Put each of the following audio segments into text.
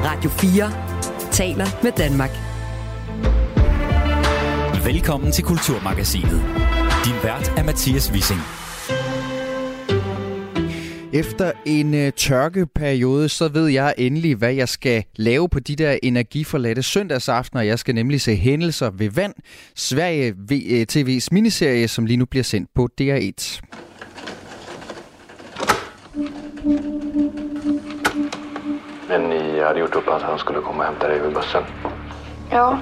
Radio 4 taler med Danmark. Velkommen til Kulturmagasinet. Din vært er Mathias Wissing. Efter en tørkeperiode, så ved jeg endelig, hvad jeg skal lave på de der energiforladte søndagsaftener. Jeg skal nemlig se Hændelser ved vand, Sverige TV's miniserie, som lige nu bliver sendt på DR1. Men ni hade gjort upp att han skulle komma och hämta dig vid bussen. Ja.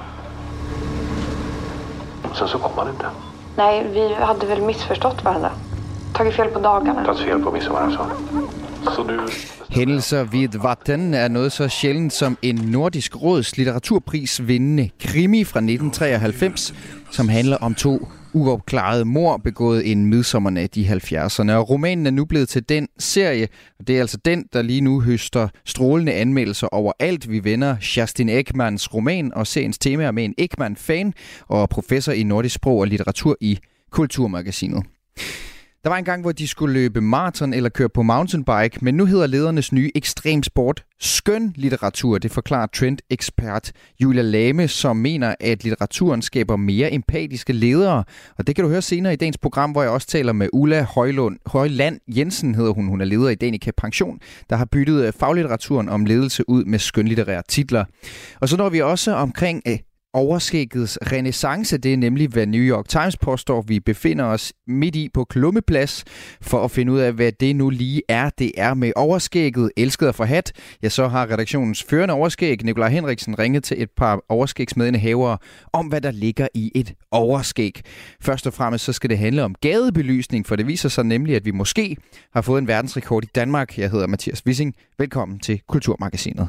Sen så kom han inte. Nej, vi hade väl missförstått varandra. Tagit fel på dagarna. Tagit fel på midsommarafton. Så du... Hændelser ved vatten er noget så sjældent som en Nordisk Råds litteraturpris vindende krimi fra 1993, som handler om to uopklarede mord begået en midsommernat i 70'erne. Og romanen er nu blevet til den serie, og det er altså den, der lige nu høster strålende anmeldelser overalt. Vi vender Kerstin Ekmans roman, og seriens tema er med en Ekman-fan og professor i nordisk sprog og litteratur i Kulturmagasinet. Der var en gang, hvor de skulle løbe maraton eller køre på mountainbike, men nu hedder ledernes nye ekstremsport skøn litteratur. Det forklarer trendekspert Julia Lame, som mener, at litteraturen skaber mere empatiske ledere. Og det kan du høre senere i dagens program, hvor jeg også taler med Ulla Højland Jensen, hedder hun. Hun er leder i Danica Pension, der har byttet faglitteraturen om ledelse ud med skønlitterære titler. Og så når vi også omkring overskæggets renæssance. Det er nemlig, hvad New York Times påstår. Vi befinder os midt i på Klummeplads for at finde ud af, hvad det nu lige er. Det er med overskægget, elsket og forhat. Ja, så har redaktionens førende overskæg, Nikolaj Henriksen, ringet til et par overskægsmedindehavere om, hvad der ligger i et overskæg. Først og fremmest så skal det handle om gadebelysning, for det viser sig nemlig, at vi måske har fået en verdensrekord i Danmark. Jeg hedder Mathias Wissing. Velkommen til Kulturmagasinet.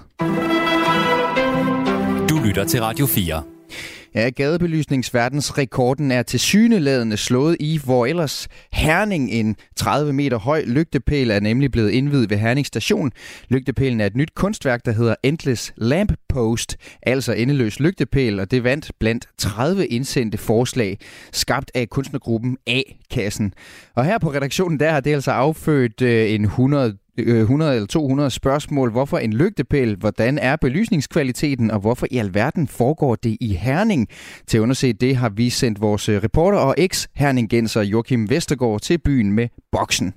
Du lytter til Radio 4. Ja, gadebelysningsverdensrekorden er tilsyneladende slået i, hvor ellers Herning, en 30 meter høj lygtepæl, er nemlig blevet indviet ved Herning Station. Lygtepælen er et nyt kunstværk, der hedder Endless Lamppost, altså endeløs lygtepæl, og det vandt blandt 30 indsendte forslag, skabt af kunstnergruppen A-kassen. Og her på redaktionen, der har det altså affødt en 100 eller 200 spørgsmål. Hvorfor en lygtepæl? Hvordan er belysningskvaliteten? Og hvorfor i alverden foregår det i Herning? Til at undersøge det har vi sendt vores reporter og eks-herningenser Joachim Vestergaard til byen med boksen.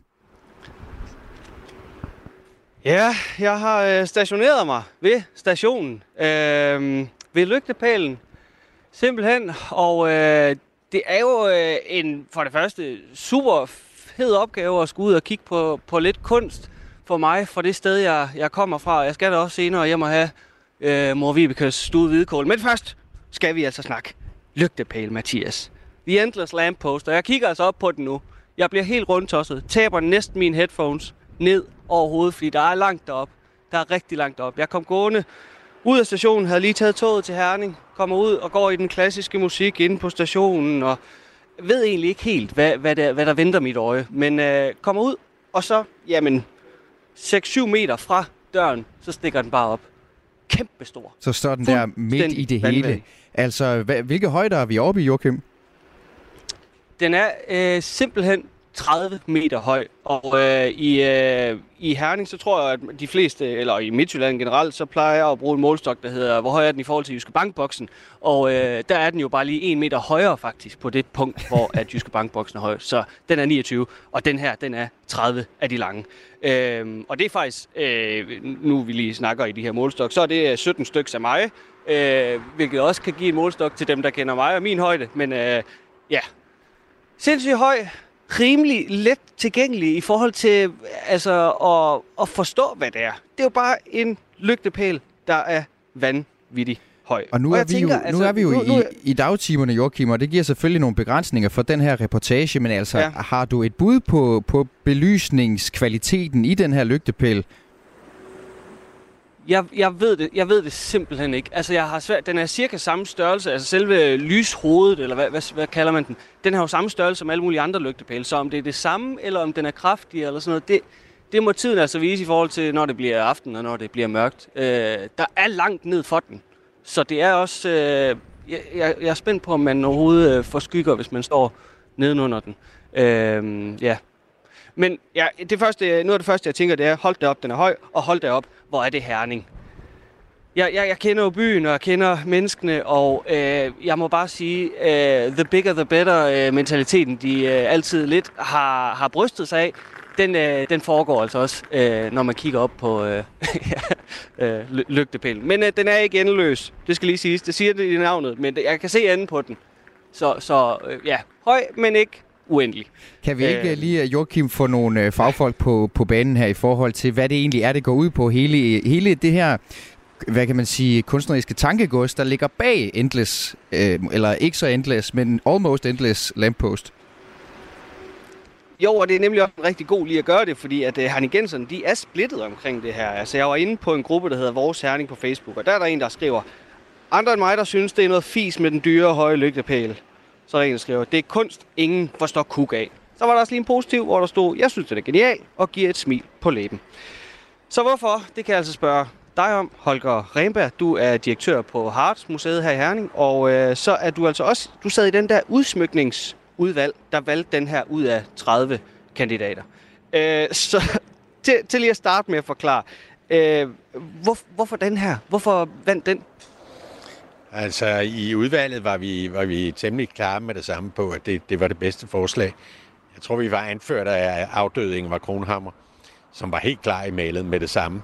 Ja, jeg har stationeret mig ved stationen, ved lygtepælen, simpelthen. Og det er jo for det første super fed opgave at skulle ud og kigge på lidt kunst for mig, for det sted, jeg kommer fra. Jeg skal da også senere hjem og have mor Vibekes stude hvidkål. Men først skal vi altså snakke lygtepæl, Mathias. The Endless Lamppost, og jeg kigger altså op på den nu. Jeg bliver helt rundtosset, taber næsten mine headphones ned over hovedet, fordi der er langt derop. Der er rigtig langt op. Jeg kom gående ud af stationen, havde lige taget toget til Herning, kommer ud og går i den klassiske musik inde på stationen, og ved egentlig ikke helt, hvad der venter mit øje. Men kommer ud, og så, 6-7 meter fra døren, så stikker den bare op. Kæmpestor. Så står den der midt i det hele. Altså, hvilke højder er vi oppe i, Joachim? Den er simpelthen 30 meter høj, og i Herning, så tror jeg, at de fleste, eller i Midtjylland generelt, så plejer jeg at bruge en målstok, der hedder, hvor høj er den i forhold til Jyske Bank-boksen, og der er den jo bare lige 1 meter højere faktisk, på det punkt, hvor at Jyske Bank-boksen er høj, så den er 29, og den her, den er 30 af de lange. Og det er faktisk, nu vi lige snakker i de her målstok, så er det 17 stykker af mig, hvilket også kan give en målstok til dem, der kender mig og min højde, men sindssygt høj, rimelig let tilgængelig i forhold til at forstå, hvad det er. Det er jo bare en lygtepæl, der er vanvittig høj. Og nu er vi jo i dagtimerne, Joachim, og det giver selvfølgelig nogle begrænsninger for den her reportage, men altså, har du et bud på belysningskvaliteten i den her lygtepæl? Jeg ved det simpelthen ikke. Altså, jeg har svært. Den er cirka samme størrelse, altså selve lyshovedet, eller hvad kalder man den? Den har jo samme størrelse som alle mulige andre lygtepæle, så om det er det samme, eller om den er kraftig, eller sådan noget, det må tiden altså vise i forhold til, når det bliver aften, og når det bliver mørkt. Der er langt ned for den, så det er også... Jeg er spændt på, om man overhovedet får skygger, hvis man står nedenunder den. Men ja, noget af det første, jeg tænker, det er, hold da op, den er høj, og hold da op, hvor er det Herning. Jeg kender jo byen, og jeg kender menneskene, og jeg må bare sige, the bigger the better mentaliteten, de altid lidt har brystet sig af, den foregår altså også, når man kigger op på lygtepælen. Men den er ikke endeløs, det skal lige siges. Det siger det i navnet, men jeg kan se anden på den. Så høj, men ikke uendelig. Kan vi ikke lige, Joachim, få nogle fagfolk på banen her i forhold til, hvad det egentlig er, det går ud på hele det her, hvad kan man sige, kunstneriske tankegods, der ligger bag Endless, eller ikke så Endless, men Almost Endless Lamppost? Jo, og det er nemlig også rigtig god lige at gøre det, fordi at herningenserne, de er splittet omkring det her. Altså, jeg var inde på en gruppe, der hedder Vores Herning på Facebook, og der er der en, der skriver, andre end mig, der synes, det er noget fis med den dyre høje lygtepæl. Så er der en, der skriver, det er kunst, ingen forstår kuk af. Så var der også lige en positiv, hvor der stod, jeg synes, det er genialt, og giver et smil på læben. Så hvorfor? Det kan jeg altså spørge dig om, Holger Remberg. Du er direktør på Harts Museet her i Herning, og så er du altså også, du sad i den der udsmykningsudvalg, der valgte den her ud af 30 kandidater. Så til lige at starte med at forklare, hvorfor den her? Hvorfor vandt den? Altså, i udvalget var vi temmelig klare med det samme på, at det var det bedste forslag. Jeg tror, vi var anført af afdøde Ingvar Kronhammer, som var helt klar i mailet med det samme.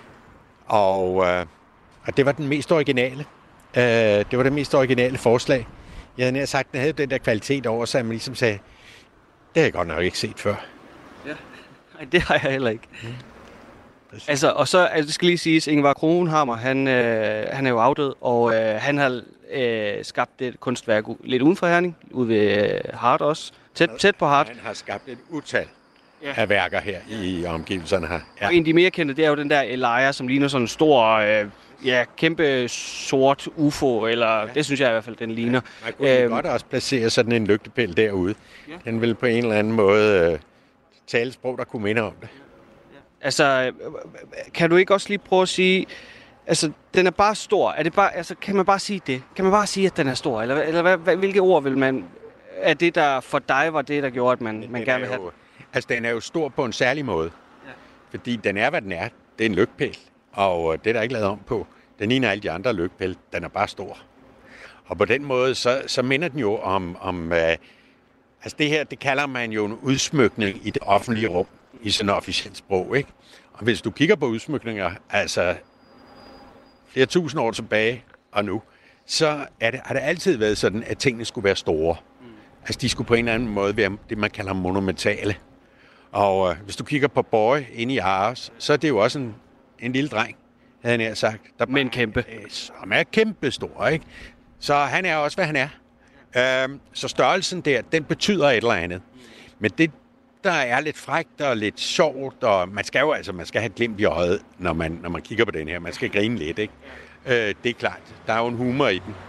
Okay. Og det var den mest originale. Det var det mest originale forslag. Jeg havde nær sagt, den havde den der kvalitet over sig, at man ligesom sagde, det har jeg godt nok ikke set før. Ja, nej, det har jeg heller ikke. Altså, og så det skal lige siges, Ingvar Kronhammer, han er jo afdød, og han har skabt et kunstværk lidt uden for Herning, ude ved Hart også, tæt på Hart. Han har skabt et utal af værker her i omgivelserne her. Ja. Og en af de mere kendte, det er jo den der Elia, som ligner sådan en stor, kæmpe sort UFO, eller det synes jeg i hvert fald, den ligner. Man kunne godt også placere sådan en lygtepæl derude. Ja. Den vil på en eller anden måde tale sprog, der kunne minde om det. Altså, kan du ikke også lige prøve at sige, altså, den er bare stor. Er det bare, altså, kan man bare sige det? Kan man bare sige, at den er stor? Eller hvilke ord vil man, er det, der for dig var det, der gjorde, at man gerne vil have den? Altså, den er jo stor på en særlig måde. Ja. Fordi den er, hvad den er. Det er en lygtepæl, og det er der ikke lavet om på. Den ligner alle de andre lygtepæl. Den er bare stor. Og på den måde, så minder den jo om altså det her, det kalder man jo en udsmykning i det offentlige rum. I sådan et officielt sprog, ikke? Og hvis du kigger på udsmykninger, altså flere tusind år tilbage og nu, så har det altid været sådan, at tingene skulle være store. Altså de skulle på en eller anden måde være det, man kalder monumentale. Og hvis du kigger på Borge inde i Aarhus, så er det jo også en lille dreng, havde han nær sagt. Men kæmpe. Som er kæmpe stor, ikke? Så han er også, hvad han er. Så størrelsen der, den betyder et eller andet. Men det, der er lidt frækt og lidt sjovt, og man skal have glimt i øjet, når man kigger på den her. Man skal grine lidt, ikke? Det er klart. Der er jo en humor i den.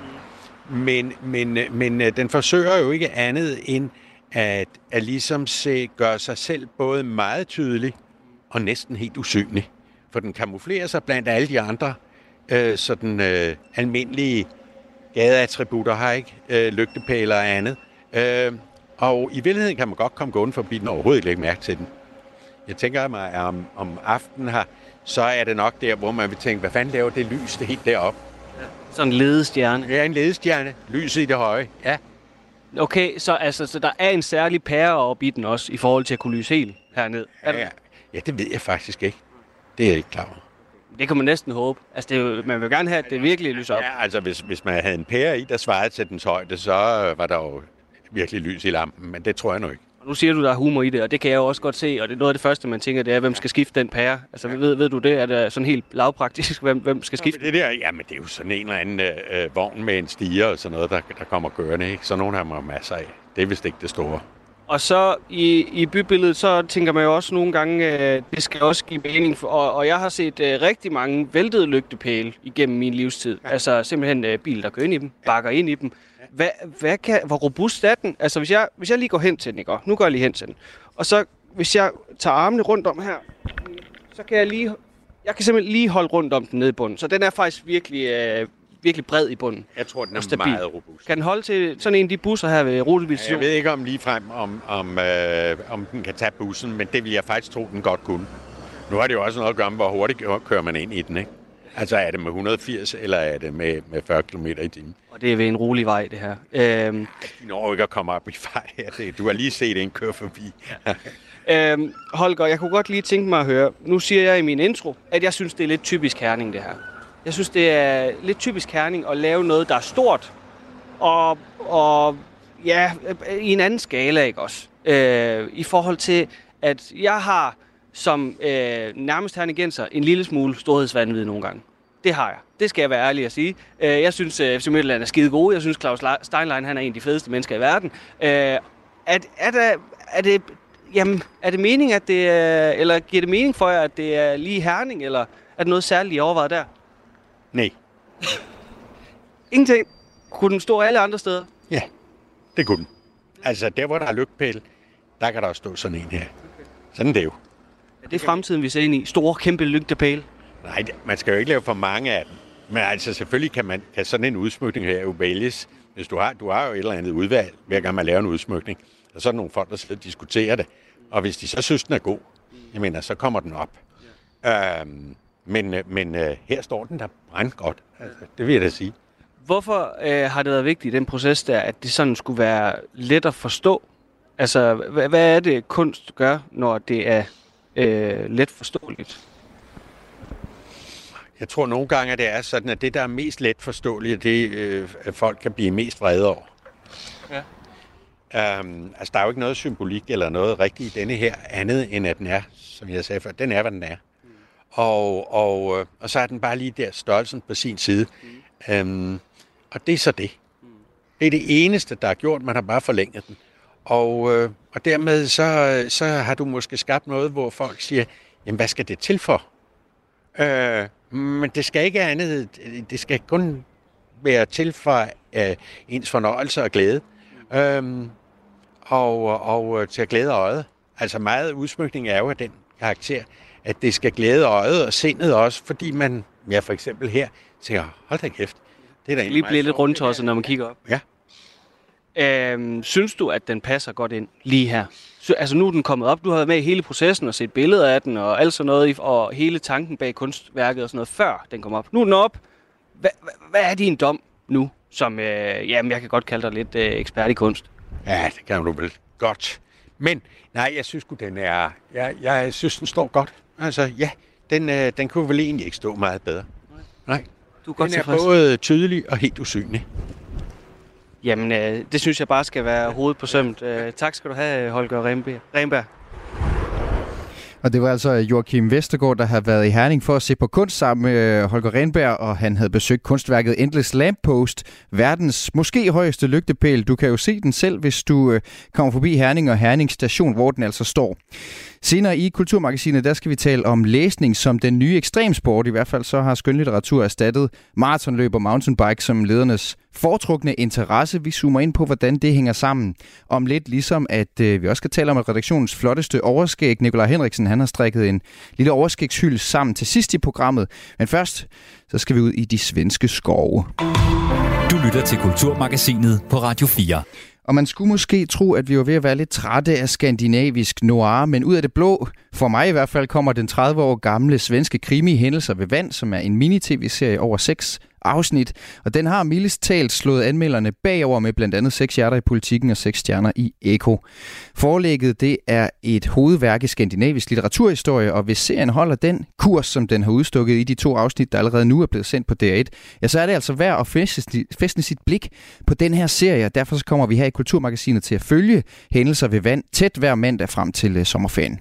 Men den forsøger jo ikke andet end at ligesom gøre sig selv både meget tydelig og næsten helt usynlig. For den kamuflerer sig blandt alle de andre almindelige gadeattributter her, ikke? Lygtepæler og andet. Og i virkeligheden kan man godt komme gående forbi den og overhovedet ikke lægge mærke til den. Jeg tænker mig, at om aftenen her, så er det nok der, hvor man vil tænke, hvad fanden laver det lys det helt deroppe? Ja. Sådan en ledestjerne. Ja, en ledestjerne. Lyset i det høje, ja. Okay, så der er en særlig pære oppe i den også, i forhold til at kunne lyse helt herned. Ja, det ved jeg faktisk ikke. Det er jeg ikke klar over. Det kan man næsten håbe. Altså, man vil gerne have, at det virkelig lyser op. Ja, altså hvis man havde en pære i, der svarede til dens højde, så var der jo virkelig lys i lampen, men det tror jeg nu ikke. Og nu siger du, der er humor i det, og det kan jeg jo også godt se, og det er noget af det første, man tænker, det er, hvem skal skifte den pære? Altså, ved du det? Er det sådan helt lavpraktisk, hvem skal skifte? Det der, jamen det er jo sådan en eller anden vogn med en stiger og sådan noget, der kommer kørende, ikke? Så nogen har man masser af. Det er vist ikke det store. Og så i bybilledet, så tænker man jo også nogle gange, det skal også give mening. Og jeg har set rigtig mange væltede lygtepæle igennem min livstid. Ja. Altså simpelthen biler, der kører ind i dem, bakker ind i dem. Hvor robust er den? Altså hvis jeg lige går hen til den, ikke? Nu går jeg lige hen til den. Og så hvis jeg tager armene rundt om her, så kan jeg kan simpelthen lige holde rundt om den nede i bunden. Så den er faktisk virkelig bred i bunden. Jeg tror, den er meget robust. Kan den holde til sådan en af de busser her ved Rutebilstation? Jeg ved ikke om ligefrem, om den kan tage bussen, men det vil jeg faktisk tro, den godt kunne. Nu har det jo også noget at gøre med, hvor hurtigt kører man ind i den, ikke? Altså er det med 180, eller er det med 40 km i timen? Og det er ved en rolig vej, det her. De når ikke at komme op i fart her. Du har lige set en køre forbi. Holger, jeg kunne godt lige tænke mig at høre. Nu siger jeg i min intro, at jeg synes, det er lidt typisk Herning, det her. Jeg synes, det er lidt typisk Herning at lave noget, der er stort, og ja, i en anden skala, ikke også? I forhold til, at jeg har som nærmest herningenser en lille smule storhedsvanvid nogle gange. Det har jeg. Det skal jeg være ærlig at sige. Jeg synes, FC Midtjylland er skide gode. Jeg synes, Claus Steinlein, han er en af de fedeste mennesker i verden. Er det mening, at det eller giver det mening for jer, at det er lige Herning, eller er det noget særligt, I overvejet der? Nej. Ingenting. Kunne den stå alle andre steder? Ja, det kunne den. Altså, der hvor der er lygtepæl, der kan der også stå sådan en her. Sådan er det jo. Er det fremtiden, vi ser ind i? Store, kæmpe lygtepæle? Nej, man skal jo ikke lave for mange af dem. Men altså, selvfølgelig kan sådan en udsmykning her jo vælges. Hvis du har jo et eller andet udvalg, hver gang man laver en udsmykning. Og så er der nogle folk, der sidder og diskuterer det. Og hvis de så synes, den er god, jeg mener, så kommer den op. Men her står den der brandgodt. Altså, det vil jeg da sige. Hvorfor har det været vigtigt i den proces der, at det sådan skulle være let at forstå? Altså, hvad er det kunst gør, når det er let forståeligt? Jeg tror nogle gange, at det er sådan, at det, der er mest let forståeligt, det at folk kan blive mest vrede over. Ja. Altså, der er jo ikke noget symbolik eller noget rigtigt i denne her, andet end at den er, som jeg sagde før, den er, hvad den er. Og så er den bare lige der størrelsen på sin side. Og det er så det. Det er det eneste, der er gjort. Man har bare forlænget den. Og dermed så har du måske skabt noget, hvor folk siger, jamen hvad skal det til for? Men det skal ikke andet. Det skal kun være til for ens fornøjelse og glæde. Og til at glæde øjet. Altså meget udsmykning er jo af den karakter, at det skal glæde øjet og sindet også, fordi man, ja for eksempel her, tænker, hold da kæft. Det er da lige bliver lidt rundtosset, når man kigger op. Ja. Synes du, at den passer godt ind lige her? Altså nu er den kommet op, du har været med i hele processen og set billeder af den og alt sådan noget, og hele tanken bag kunstværket og sådan noget, før den kom op. Nu er den op. Hvad er din dom nu, som, jamen jeg kan godt kalde dig lidt ekspert i kunst? Ja, det kan du vel godt. Men nej, jeg synes den er, jeg synes den står godt. Altså ja, den kunne vel egentlig ikke stå meget bedre. Nej. Du er godt den er både tydelig og helt usynlig. Jamen, det synes jeg bare skal være hovedet på sømmet. Tak skal du have, Holger Renberg. Og det var altså Joachim Vestergaard, der har været i Herning for at se på kunst sammen med Holger Renberg, og han havde besøgt kunstværket Endless Lamppost, verdens måske højeste lygtepæl. Du kan jo se den selv, hvis du kommer forbi Herning og Herning Station, hvor den altså står. Senere i Kulturmagasinet, der skal vi tale om læsning som den nye ekstremsport. I hvert fald så har skønlitteratur erstattet maratonløb og mountainbike som ledernes foretrukne interesse. Vi zoomer ind på, hvordan det hænger sammen. Om lidt ligesom, at vi også skal tale om, at redaktionens flotteste overskæg, Nikolaj Henriksen, han har strikket en lille overskægshylde sammen til sidst i programmet. Men først, så skal vi ud i de svenske skove. Du lytter til Kulturmagasinet på Radio 4. Og man skulle måske tro, at vi var ved at være lidt trætte af skandinavisk noir, men ud af det blå, for mig i hvert fald, kommer den 30 år gamle svenske krimi Hændelser ved vand, som er en mini-tv-serie over 6 afsnit. Og den har mildest talt slået anmelderne bagover med blandt andet 6 hjerter i Politikken og 6 stjerner i Ekko. Forlægget, det er et hovedværk i skandinavisk litteraturhistorie, og hvis serien holder den kurs, som den har udstukket i de 2 afsnit, der allerede nu er blevet sendt på DR1, ja, så er det altså værd at fæstne sit blik på den her serie. Derfor så kommer vi her i Kulturmagasinet til at følge Hændelser ved vand tæt hver mandag frem til sommerferien.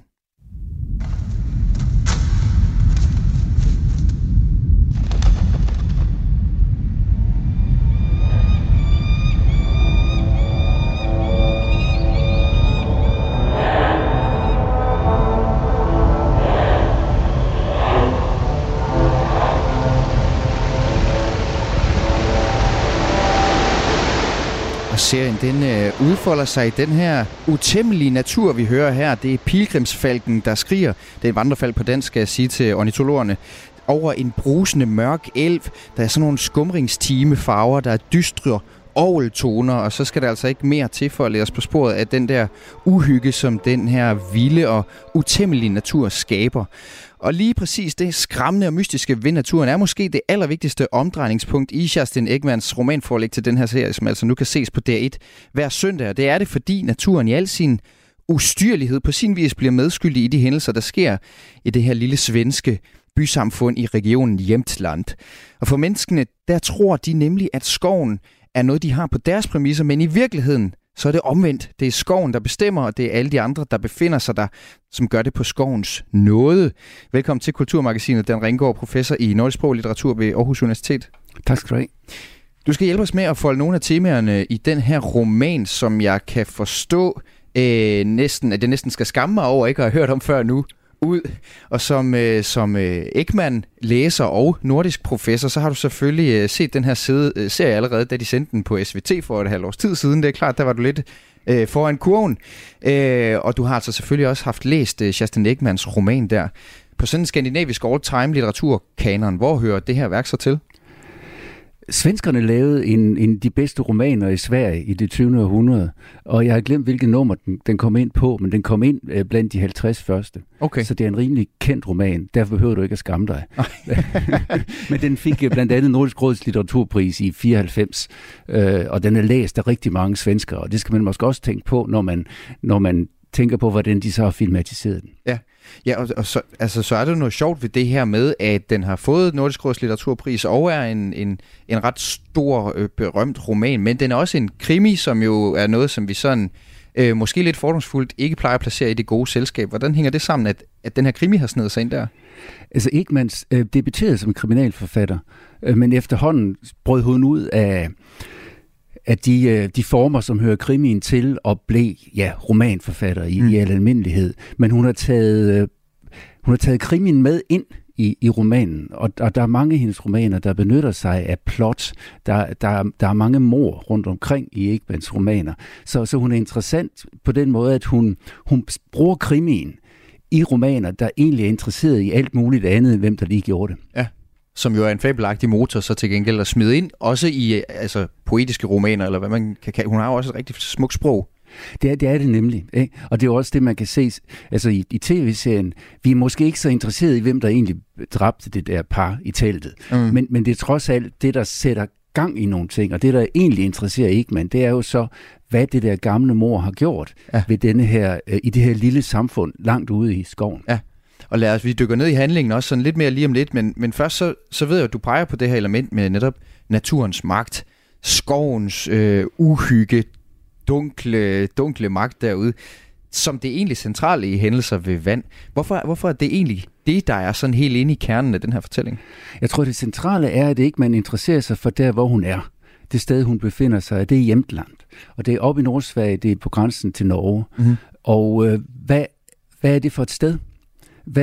Serien den udfolder sig i den her utæmmelige natur, vi hører her. Det er pilgrimsfalken, der skriger. Det er en vandrefalk på dansk, skal jeg sige til ornitologerne. Over en brusende mørk elv. Der er sådan nogle skumringstimefarver, der er dystre orgeltoner, og så skal der altså ikke mere til for at lade os på sporet af den der uhygge, som den her vilde og utæmmelige natur skaber. Og lige præcis det skræmmende og mystiske ved naturen er måske det allervigtigste omdrejningspunkt i Kerstin Ekmans romanforlæg til den her serie, som altså nu kan ses på DR1 hver søndag. Og det er det, fordi naturen i al sin ustyrlighed på sin vis bliver medskyldig i de hændelser, der sker i det her lille svenske bysamfund i regionen Jämtland. Og for menneskene, der tror de nemlig, at skoven er noget, de har på deres præmisser, men i virkeligheden, så er det omvendt. Det er skoven, der bestemmer, og det er alle de andre, der befinder sig der, som gør det på skovens nåde. Velkommen til Kulturmagasinet, Dan Ringgaard, professor i nordisk sprog og litteratur ved Aarhus Universitet. Tak skal du have. Du skal hjælpe os med at folde nogle af temaerne i den her roman, som jeg kan forstå, at det næsten skal skamme mig over, ikke at have hørt om før nu, ud. Og som Ekman, læser og nordisk professor, så har du selvfølgelig set den her serie allerede, da de sendte den på SVT for et halvt års tid siden. Det er klart, der var du lidt foran kurven. Og du har altså selvfølgelig også haft læst Kerstin Ekmans roman der. På sådan en skandinavisk all-time litteraturkanon, hvor hører det her værk så til? Svenskerne lavede de bedste romaner i Sverige i det 20. århundrede, og jeg har glemt, hvilket nummer den kom ind på, men den kom ind blandt de 50 første. Okay. Så det er en rimelig kendt roman, derfor behøver du ikke at skamme dig. Men den fik blandt andet Nordisk Råds litteraturpris i 94, og den er læst af rigtig mange svenskere, og det skal man måske også tænke på, når man tænker på, hvordan de så har filmatiseret den. Ja, og så er det noget sjovt ved det her med, at den har fået Nordisk Råds litteraturpris og er en ret stor, berømt roman, men den er også en krimi, som jo er noget, som vi sådan måske lidt fordomsfuldt ikke plejer at placere i det gode selskab. Hvordan hænger det sammen, at den her krimi har snedet sig ind der? Altså Ekmans debuterede som kriminalforfatter, men efterhånden brød hun ud af de former, som hører krimien til, og blev romanforfatter i al almindelighed. Men hun har taget krimien med ind i romanen, og der er mange af hendes romaner, der benytter sig af plot. Der er mange mord rundt omkring i Ekmans romaner. Så hun er interessant på den måde, at hun bruger krimien i romaner, der egentlig er interesseret i alt muligt andet, hvem der lige gjorde det. Ja. Som jo er en fabelagtig motor, så til gengæld at smide ind, også i poetiske romaner, eller hvad man kan kalde. Hun har jo også et rigtig smukt sprog. Det er det nemlig, ikke? Og det er jo også det, man kan se i tv-serien. Vi er måske ikke så interesserede i, hvem der egentlig dræbte det der par i teltet. Men det er trods alt det, der sætter gang i nogle ting, og det, der egentlig interesserer Ekman, det er jo så, hvad det der gamle mor har gjort ved denne her, i det her lille samfund langt ude i skoven. Ja. Og vi dykker ned i handlingen også sådan lidt mere lige om lidt, men først så ved jeg, at du peger på det her element med netop naturens magt, skovens uhygge, dunkle magt derude, som det egentlig centrale i hændelser ved vand. Hvorfor er det egentlig det, der er sådan helt inde i kernen af den her fortælling? Jeg tror, det centrale er, at det ikke man interesserer sig for der, hvor hun er. Det sted, hun befinder sig, det er Jämtland. Og det er oppe i Nordsverige, det er på grænsen til Norge. Mm-hmm. Og hvad er det for et sted? Hvad er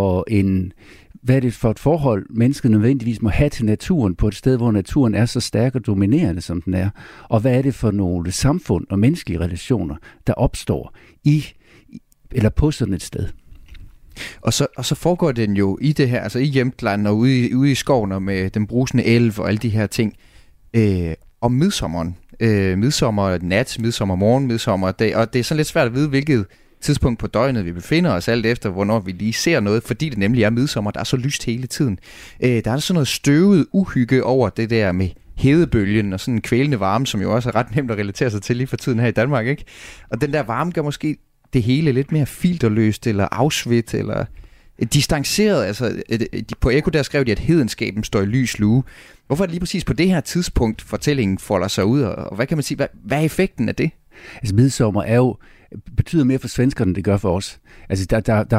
det for et forhold, mennesket nødvendigvis må have til naturen på et sted, hvor naturen er så stærk og dominerende, som den er? Og hvad er det for nogle samfund og menneskelige relationer, der opstår eller på sådan et sted? Og så foregår den jo i det her, altså i Jämtland og ude i skoven og med den brusende elv og alle de her ting, om midsommeren. Midsommernat, midsommermorgen, midsommerdag, og det er sådan lidt svært at vide, hvilket tidspunkt på døgnet vi befinder os, alt efter hvornår vi lige ser noget, fordi det nemlig er midsommer, der er så lyst hele tiden. Der er sådan noget støvet uhygge over det der med hedebølgen og sådan en kvælende varme, som jo også er ret nemt at relatere sig til lige for tiden her i Danmark, ikke? Og den der varme gør måske det hele lidt mere filterløst, eller afsvedt, eller distanceret. Altså, på Ekko der skrev de, at hedenskaben står i lys lue. Hvorfor er det lige præcis på det her tidspunkt, fortællingen folder sig ud, og hvad kan man sige, hvad er effekten af det? Altså midsommer betyder mere for svenskerne, end det gør for os. Altså der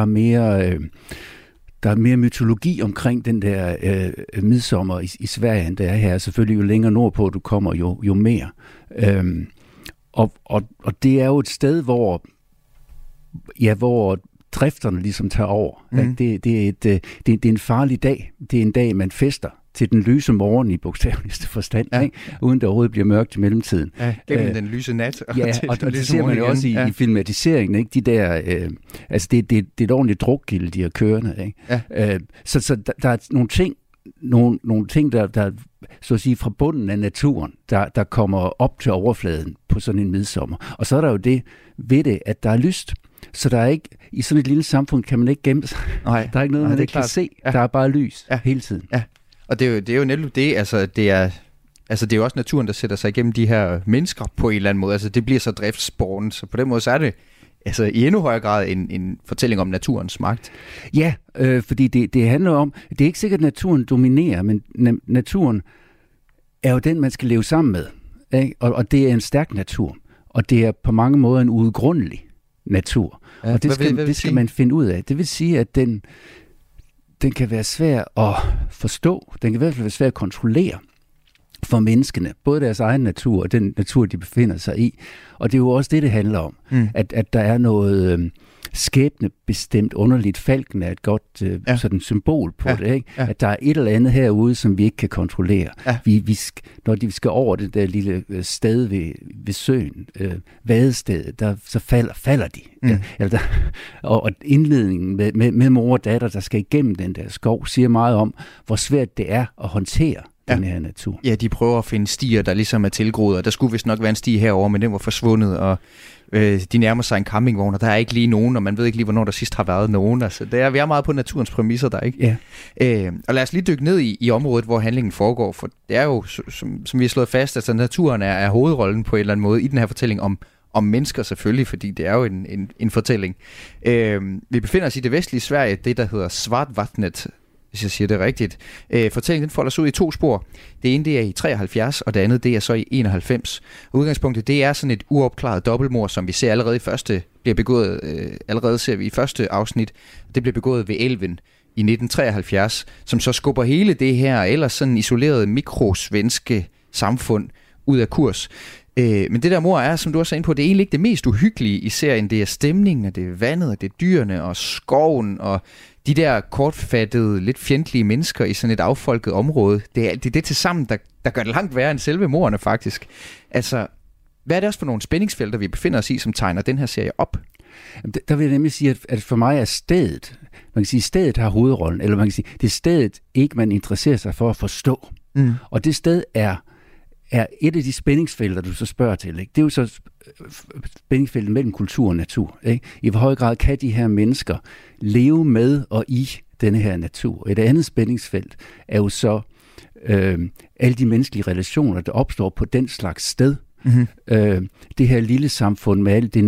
er mere mytologi omkring den der midsommer i Sverige, end der er her. Selvfølgelig jo længere nordpå du kommer, jo mere. Og det er jo et sted, hvor drifterne ligesom tager over. Det er en farlig dag. Det er en dag, man fester til den lyse morgen i bogstaveligste forstand, ikke? Uden det overhovedet bliver mørkt i mellemtiden. Ja, gennem den lyse nat. Og det ser man jo også i filmatiseringen, ikke? De der, altså det er et ordentligt drukgilde, de har kørende, ikke? Ja. Så der er nogle ting, der så at sige fra bunden af naturen, der kommer op til overfladen på sådan en midsommer. Og så er der jo det ved det, at der er lyst. Så der er ikke, i sådan et lille samfund kan man ikke gemme sig. Nej, der er ikke noget, man ikke kan se. Ja. Der er bare lys hele tiden. Ja. Og det er jo netop det, altså det er jo også naturen, der sætter sig igennem de her mennesker på en eller anden måde. Altså det bliver så driftsborgen, så på den måde så er det altså i endnu højere grad en fortælling om naturens magt. Ja, fordi det handler om, det er ikke sikkert, at naturen dominerer, men naturen er jo den, man skal leve sammen med. Ikke? Og det er en stærk natur, og det er på mange måder en uudgrundelig natur. Ja, og det skal man finde ud af. Det vil sige, at den kan være svær at forstå, den kan i hvert fald være svær at kontrollere for menneskene, både deres egen natur og den natur, de befinder sig i. Og det er jo også det handler om, at der er noget skæbnebestemt underligt. Falken er et godt sådan symbol på det, ikke? Ja. At der er et eller andet herude, som vi ikke kan kontrollere. Ja. Når de skal over det der lille sted ved søen, vadestedet, så falder de. Og indledningen med mor og datter, der skal igennem den der skov, siger meget om, hvor svært det er at håndtere den her natur. Ja, de prøver at finde stier, der ligesom er tilgroet, og der skulle vist nok være en sti herover, men den var forsvundet, og de nærmer sig en campingvogn, og der er ikke lige nogen, og man ved ikke lige, hvornår der sidst har været nogen. Altså, vi er meget på naturens præmisser der, ikke? Ja. Og lad os lige dykke ned i området, hvor handlingen foregår, for det er jo, som vi har slået fast, altså naturen er hovedrollen på en eller anden måde i den her fortælling om mennesker selvfølgelig, fordi det er jo en fortælling. Vi befinder os i det vestlige Sverige, det der hedder Svartvattnet, hvis jeg siger det rigtigt. Fortællingen folder sig ud i 2 spor. Det ene det er i 73, og det andet det er så i 91. Udgangspunktet det er sådan et uopklaret dobbeltmord, som vi ser allerede ser vi i første afsnit. Det bliver begået ved elven i 1973, som så skubber hele det her ellers sådan isolerede mikrosvenske samfund ud af kurs. Men det der mord er, som du også er inde på, det er egentlig ikke det mest uhyggelige i serien. Det er stemningen, og det er vandet, og det er dyrene, og skoven, og de der kortfattede, lidt fjendtlige mennesker i sådan et affolket område. Det er det til sammen, der gør det langt værre end selve mordene faktisk. Altså, hvad er det også for nogle spændingsfelter, vi befinder os i, som tegner den her serie op? Der vil jeg nemlig sige, at for mig er stedet, man kan sige, stedet har hovedrollen, eller man kan sige, det er stedet ikke, man interesserer sig for at forstå. Og det sted er et af de spændingsfelter, du så spørger til. Ikke? Det er jo så spændingsfeltet mellem kultur og natur. Ikke? I hvor høj grad kan de her mennesker leve med og i denne her natur. Et andet spændingsfelt er jo så alle de menneskelige relationer, der opstår på den slags sted. Det her lille samfund med alt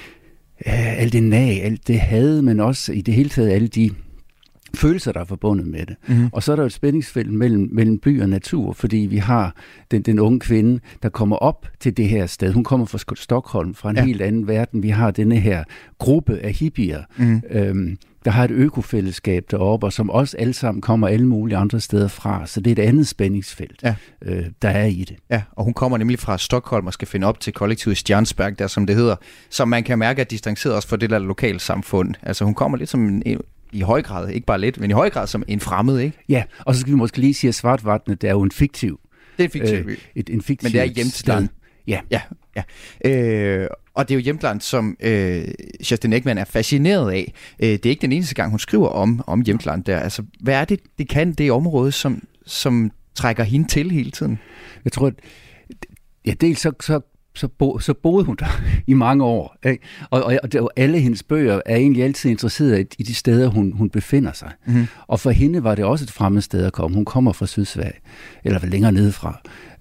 det nag, alt det had, men også i det hele taget alle de følelser, der er forbundet med det. Og så er der et spændingsfelt mellem by og natur, fordi vi har den unge kvinde, der kommer op til det her sted. Hun kommer fra Stockholm, fra en helt anden verden. Vi har denne her gruppe af hippier, der har et økofællesskab deroppe, og som også alle sammen kommer alle mulige andre steder fra. Så det er et andet spændingsfelt, der er i det. Ja, og hun kommer nemlig fra Stockholm og skal finde op til kollektivet Stjernsberg, der som det hedder, som man kan mærke er distanceret også fra det der lokale samfund. Altså hun kommer lidt som i høj grad, ikke bare lidt, men i høj grad som en fremmed, ikke? Ja, og så skal vi måske lige sige, at Svartvattnet, det er jo en fiktiv. Det er fiktiv. En fiktiv men det er hjemland. Ja. Og det er jo hjemland, som Kerstin Ekman er fascineret af. Det er ikke den eneste gang, hun skriver om hjemland der. Altså, hvad er det kan det område, som trækker hende til hele tiden? Jeg tror, at dels så boede hun der i mange år. Ikke? Og alle hendes bøger er egentlig altid interesseret i de steder, hun befinder sig. Og for hende var det også et fremmed sted at komme. Hun kommer fra Sydsverige, eller længere nedefra.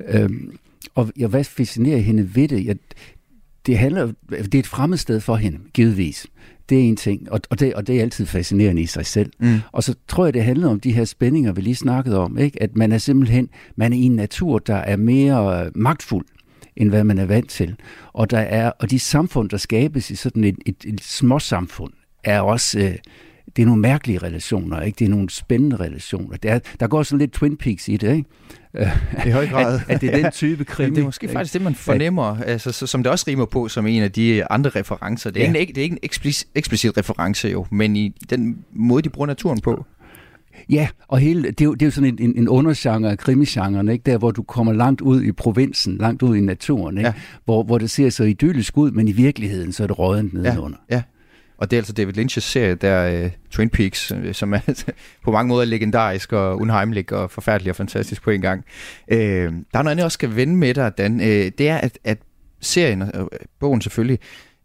Og hvad fascinerer hende ved det? Det er et fremmed sted for hende, givetvis. Det er en ting, og det er altid fascinerende i sig selv. Og så tror jeg, det handler om de her spændinger, vi lige snakkede om. Ikke? At man er i en natur, der er mere magtfuld, end hvad man er vant til. Og de samfund, der skabes i sådan et småsamfund, er også, det er nogle mærkelige relationer, ikke? Det er nogle spændende relationer. Der går sådan lidt Twin Peaks i det, ikke? I høj grad. At det er den type krimi. Ja, det er måske faktisk det, man fornemmer, altså, som det også rimer på som en af de andre referencer. Det er ikke en eksplicit reference jo, men i den måde, de bruger naturen på. Ja, og det er jo sådan en undergenre af krimigenren, ikke? Der hvor du kommer langt ud i provinsen, langt ud i naturen, ikke? Ja. Hvor det ser så idyllisk ud, men i virkeligheden så er det rådent nedenunder. Ja. Og det er altså David Lynch's serie, der Twin Peaks, som er på mange måder legendarisk og unheimelig og forfærdelig og fantastisk på en gang. Der er noget andet, jeg også skal vende med dig, Dan. Det er, at serien og bogen selvfølgelig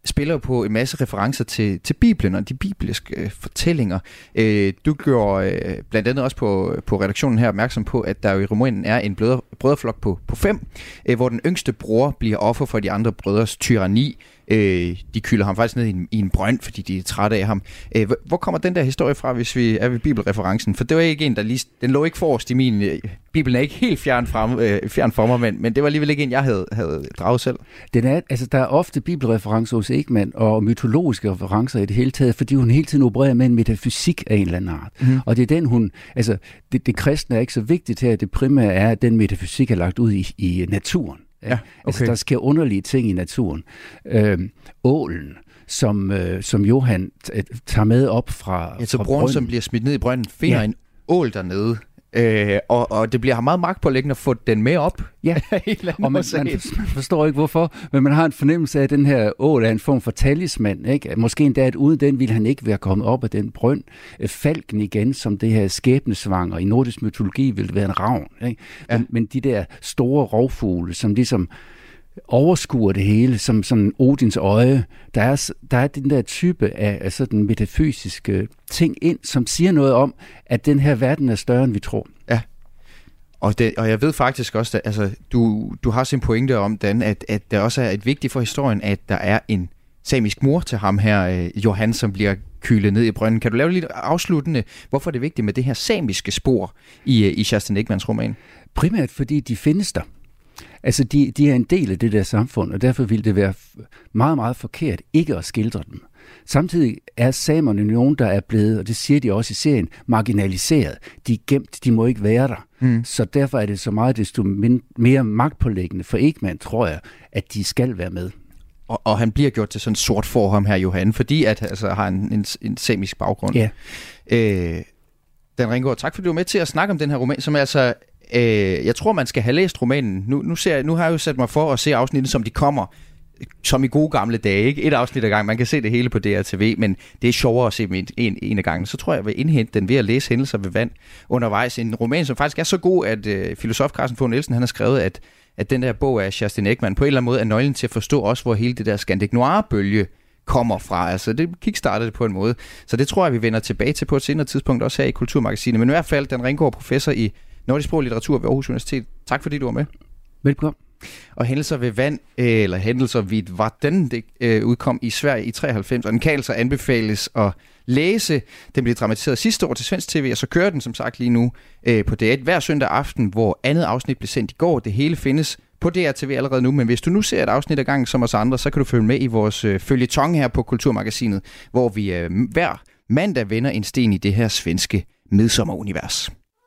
spiller på en masse referencer til Bibelen og de bibelske fortællinger. Du gjorde blandt andet også på redaktionen her opmærksom på, at der jo i romanen er en brødreflok på 5, hvor den yngste bror bliver offer for de andre brødres tyranni. De kylder ham faktisk ned i en brønd, fordi de er trætte af ham. Hvor kommer den der historie fra, hvis vi er ved bibelreferencen? For det var ikke en, den lå ikke forrest i min... Bibelen er ikke helt fjern for mig, men det var alligevel ikke en, jeg havde draget selv. Der er ofte bibelreferencer hos Ekman og mytologiske referencer i det hele taget, fordi hun hele tiden opererer med en metafysik af en eller anden art. Mm. Og det er den, hun... Altså, det kristne er ikke så vigtigt her. Det primære er, at den metafysik er lagt ud i naturen. Ja, okay. Altså, der sker underlige ting i naturen. Ålen, som Johan tager med op fra så broren, som bliver smidt ned i brønden, finder en ål dernede. Og det bliver meget magtpåliggende at få den med op. Ja, og man forstår ikke hvorfor, men man har en fornemmelse af, at den her ål er en form for talisman. Ikke? Måske endda, at uden den ville han ikke være kommet op af den brønd. Falken igen, som det her skæbnesvanger i nordisk mytologi, ville være en ravn. Ikke? Ja. Men de der store rovfugle, som ligesom overskuer det hele, som sådan Odins øje, der er den der type af sådan metafysiske ting ind, som siger noget om, at den her verden er større, end vi tror. Ja. Og jeg ved faktisk også, at altså, du har sin pointe om, Dan, at det også er et vigtigt for historien, at der er en samisk mor til ham her, Johan, som bliver kylet ned i brønden. Kan du lave lidt afsluttende, hvorfor er det vigtigt med det her samiske spor i Kerstin Ekmans roman? Primært fordi de findes der. Altså, de er en del af det der samfund, og derfor ville det være meget, meget forkert ikke at skildre dem. Samtidig er samerne nogen, der er blevet, og det siger de også i serien, marginaliseret. De er gemt, de må ikke være der. Mm. Så derfor er det så meget desto mere magtpålæggende for Ekman, tror jeg, at de skal være med. Og han bliver gjort til sådan sort for ham her, Johan, fordi at altså, har en samisk baggrund. Ja. Dan Ringgaard, tak fordi du var med til at snakke om den her roman, som altså... jeg tror, man skal have læst romanen. Nu har jeg jo sat mig for at se afsnittet, som de kommer, som i gode gamle dage. Ikke? Et afsnit ad gang. Man kan se det hele på DRTV, men det er sjovere at se dem en af gangen. Så tror jeg vil indhente den ved at læse Hændelser ved vand undervejs. En roman, som faktisk er så god, at filosof Carsten Fogh Nielsen han har skrevet, at den der bog af Kerstin Ekman på en eller anden måde er nøglen til at forstå også, hvor hele det der Scandic Noir-bølge kommer fra. Altså, det kickstartede det på en måde. Så det tror jeg, vi vender tilbage til på et senere tidspunkt, også her i Kulturmagasinet. Men i hvert fald, Dan Ringgaard, professor i Nordisk Sprog og Litteratur ved Aarhus Universitet. Tak fordi du var med. Velkommen. Og Hændelser ved vand, eller Hændelser vid vatten, det udkom i Sverige i 93, og den kan altså anbefales at læse. Den blev dramatiseret sidste år til svensk tv, og så kører den som sagt lige nu på DR1 hver søndag aften, hvor andet afsnit blev sendt i går. Det hele findes på DRTV allerede nu, men hvis du nu ser et afsnit ad gangen som os andre, så kan du følge med i vores føljeton her på Kulturmagasinet, hvor vi hver mandag vender en sten i det her svenske midsommerunivers.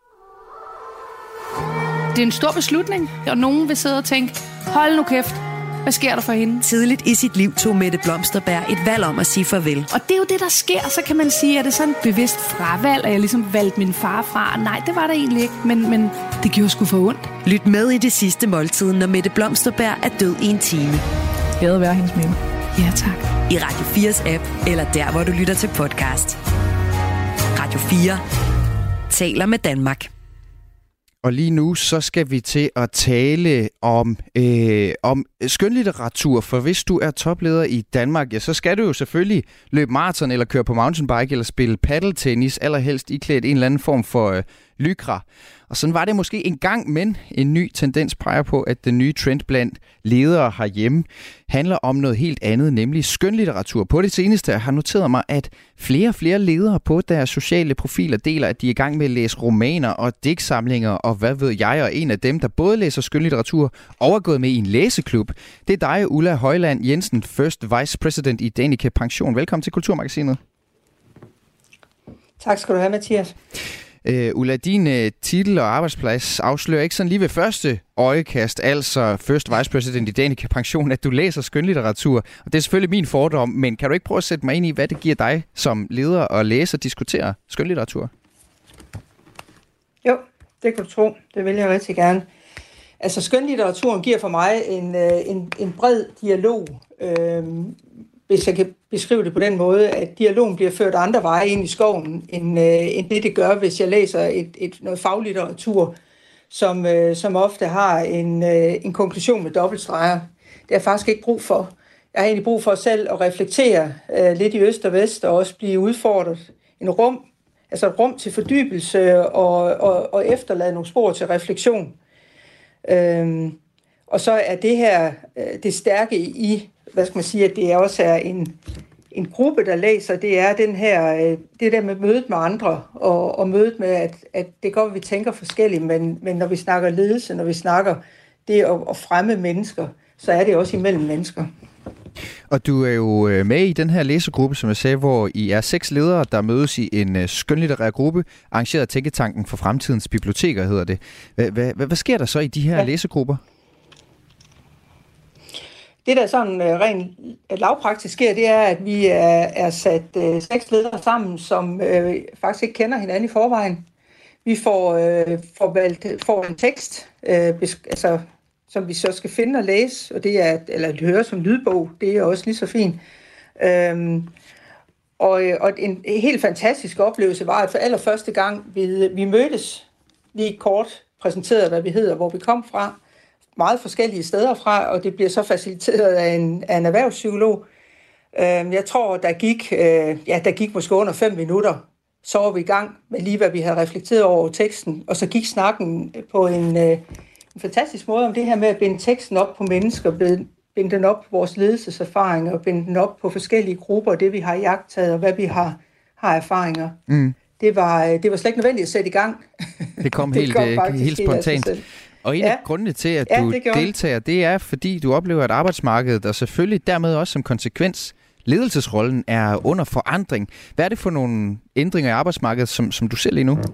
Det er en stor beslutning, og nogen vil sidde og tænke, hold nu kæft, hvad sker der for hende? Tidligt i sit liv tog Mette Blomsterberg et valg om at sige farvel. Og det er jo det, der sker, så kan man sige, at det er sådan et bevidst fravalg, at jeg ligesom valgte min far fra. Nej, det var der egentlig ikke, men det gjorde sgu for ondt. Lyt med i Det sidste måltid, når Mette Blomsterberg er død i en time. Glæder at være hendes minde. Ja, tak. I Radio 4's app, eller der, hvor du lytter til podcast. Radio 4 taler med Danmark. Og lige nu så skal vi til at tale om skønlitteratur, for hvis du er topleder i Danmark, ja, så skal du jo selvfølgelig løbe maraton eller køre på mountainbike eller spille paddeltennis, allerhelst iklædt en eller anden form for lycra. Og sådan var det måske engang, men en ny tendens peger på, at den nye trend blandt ledere herhjemme handler om noget helt andet, nemlig skønlitteratur. På det seneste har jeg noteret mig, at flere og flere ledere på deres sociale profiler deler, at de er i gang med at læse romaner og digtsamlinger, og hvad ved jeg, og en af dem, der både læser skønlitteratur og er gået med i en læseklub, det er dig, Ulla Højland Jensen, First Vice President i Danica Pension. Velkommen til Kulturmagasinet. Tak skal du have, Mathias. Ulla, din titel og arbejdsplads afslører ikke sådan lige ved første øjekast, altså First Vice President i Danica Pension, at du læser skønlitteratur. Og det er selvfølgelig min fordom, men kan du ikke prøve at sætte mig ind i, hvad det giver dig som leder at læse og diskutere skønlitteratur? Jo, det kan du tro. Det vil jeg rigtig gerne. Altså skønlitteraturen giver for mig en bred dialog, hvis jeg kan beskrive det på den måde, at dialogen bliver ført andre veje ind i skoven, end det gør, hvis jeg læser noget faglitteratur, som ofte har en konklusion med dobbeltstreger. Det er faktisk ikke brug for. Jeg har egentlig brug for selv at reflektere lidt i øst og vest, og også blive udfordret. Et rum til fordybelse og efterlade nogle spor til refleksion. Og så er det her det stærke i, hvad skal man sige, at det også er en gruppe, der læser, det er det der med mødet med andre, og mødet med, at det går, at vi tænker forskelligt, men når vi snakker ledelse, når vi snakker det at fremme mennesker, så er det også imellem mennesker. Og du er jo med i den her læsegruppe, som jeg sagde, hvor I er 6 ledere, der mødes i en skønlitterær gruppe, arrangeret af Tænketanken for Fremtidens Biblioteker, hedder det. Hvad sker der så i de her læsegrupper? Det, der sådan rent lavpraktisk sker, det er, at vi er sat 6 ledere sammen, som faktisk ikke kender hinanden i forvejen. Vi får en tekst, som vi så skal finde og læse, og det er, eller høre som lydbog, det er også lige så fint. Og en helt fantastisk oplevelse var, at for allerførste gang vi mødtes, lige kort præsenteret, hvad vi hedder, hvor vi kom fra, meget forskellige steder fra, og det bliver så faciliteret af en erhvervspsykolog. Jeg tror, der gik måske under 5 minutter, så var vi i gang med lige, hvad vi havde reflekteret over teksten, og så gik snakken på en fantastisk måde om det her med at binde teksten op på mennesker, binde den op på vores ledelseserfaringer, og binde den op på forskellige grupper, det vi har iagttaget, og hvad vi har erfaringer. Mm. Det var slet ikke nødvendigt at sætte i gang. Det kom helt spontant. Og en af grundene til, at du deltager, det er, fordi du oplever, at arbejdsmarkedet, og selvfølgelig dermed også som konsekvens, ledelsesrollen er under forandring. Hvad er det for nogle ændringer i arbejdsmarkedet, som du ser lige nu?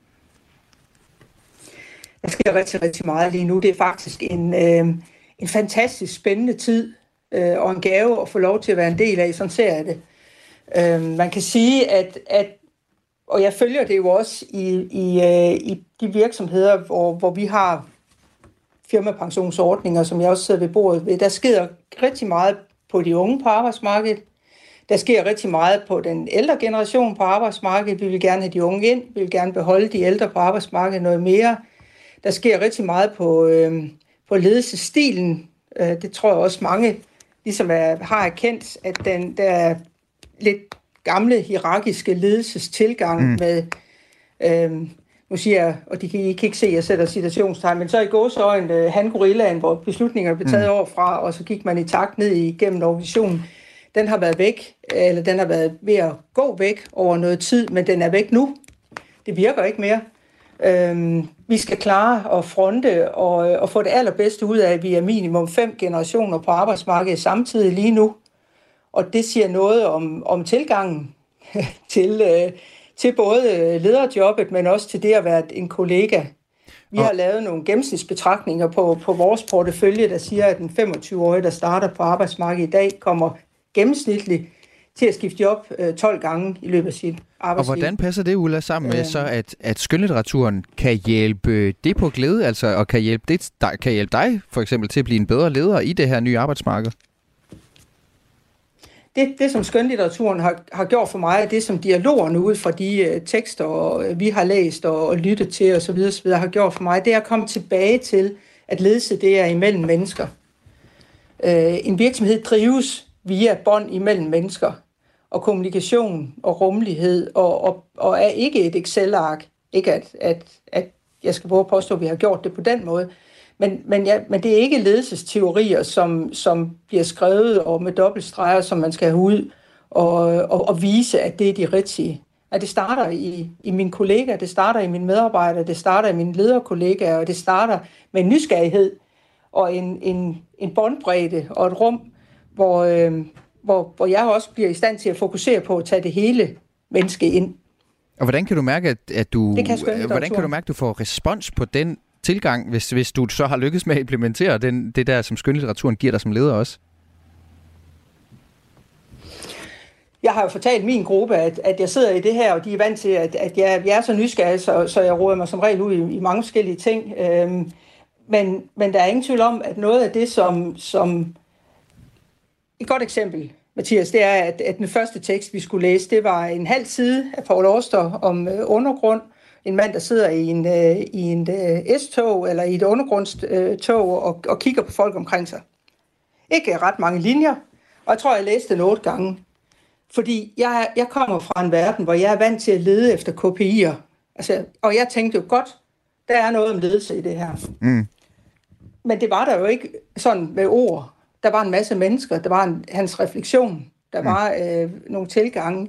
Der sker rigtig, rigtig meget lige nu. Det er faktisk en fantastisk spændende tid og en gave at få lov til at være en del af. Sådan ser jeg det. Man kan sige, at og jeg følger det jo også i de virksomheder, hvor vi har firmapensionsordninger, som jeg også sidder ved bordet ved. Der sker rigtig meget på de unge på arbejdsmarkedet. Der sker rigtig meget på den ældre generation på arbejdsmarkedet. Vi vil gerne have de unge ind. Vi vil gerne beholde de ældre på arbejdsmarkedet noget mere. Der sker rigtig meget på ledelsesstilen. Det tror jeg også mange ligesom har erkendt, at der er lidt gamle hierarkiske ledelsestilgang med, nu siger jeg, og I kan ikke se, at jeg sætter citationstegn, men så i gåseøjne han-gorillaen, hvor beslutninger blev taget overfra, og så gik man i takt ned igennem organisationen. Den har været væk, eller den har været ved at gå væk over noget tid, men den er væk nu. Det virker ikke mere. Vi skal klare og fronte og få det allerbedste ud af, at vi er minimum 5 generationer på arbejdsmarkedet samtidig lige nu. Og det siger noget om tilgangen til både lederjobbet, men også til det at være en kollega. Vi har lavet nogle gennemsnitsbetragtninger på vores portefølje, der siger, at den 25-årige, der starter på arbejdsmarkedet i dag, kommer gennemsnitligt til at skifte job 12 gange i løbet af sit arbejdsliv. Og hvordan passer det, Ulla, sammen med så, at skønlitteraturen kan hjælpe det på glæde, altså, og kan hjælpe dig for eksempel til at blive en bedre leder i det her nye arbejdsmarked? Det som skønlitteraturen har gjort for mig, det som dialogerne ud fra de tekster, vi har læst og lyttet til osv. har gjort for mig, det er at komme tilbage til, at ledelse det er imellem mennesker. En virksomhed drives via bånd imellem mennesker, og kommunikation og rummelighed, og er ikke et Excel-ark. Ikke at jeg skal prøve at påstå, at vi har gjort det på den måde, men det er ikke ledelsesteorier, som bliver skrevet og med dobbeltstreger, som man skal have ud og vise, at det er de rigtige. At det starter i mine kollegaer, det starter i mine medarbejdere, det starter i mine lederkollegaer, og det starter med en nysgerrighed og en båndbredde og et rum, hvor jeg også bliver i stand til at fokusere på at tage det hele menneske ind. Og hvordan kan du mærke, at du får respons på den tilgang, hvis du så har lykkes med at implementere det der, som skønlitteraturen giver dig som leder også? Jeg har jo fortalt min gruppe, at jeg sidder i det her, og de er vant til, at jeg er så nysgerrig, så jeg roder mig som regel ud i mange forskellige ting. Men der er ingen tvivl om, at noget af det, som et godt eksempel, Mathias, det er, at den første tekst, vi skulle læse, det var en halv side af Poul Auster om undergrund. En mand, der sidder i en S-tog eller i et undergrundstog og kigger på folk omkring sig. Ikke ret mange linjer, Og jeg tror, jeg læste den 8 gange. Fordi jeg kommer fra en verden, hvor jeg er vant til at lede efter KPI'er. Altså, og jeg tænkte jo godt, der er noget om ledelse i det her. Mm. Men det var der jo ikke sådan med ord. Der var en masse mennesker, der var hans refleksion, der var nogle tilgange.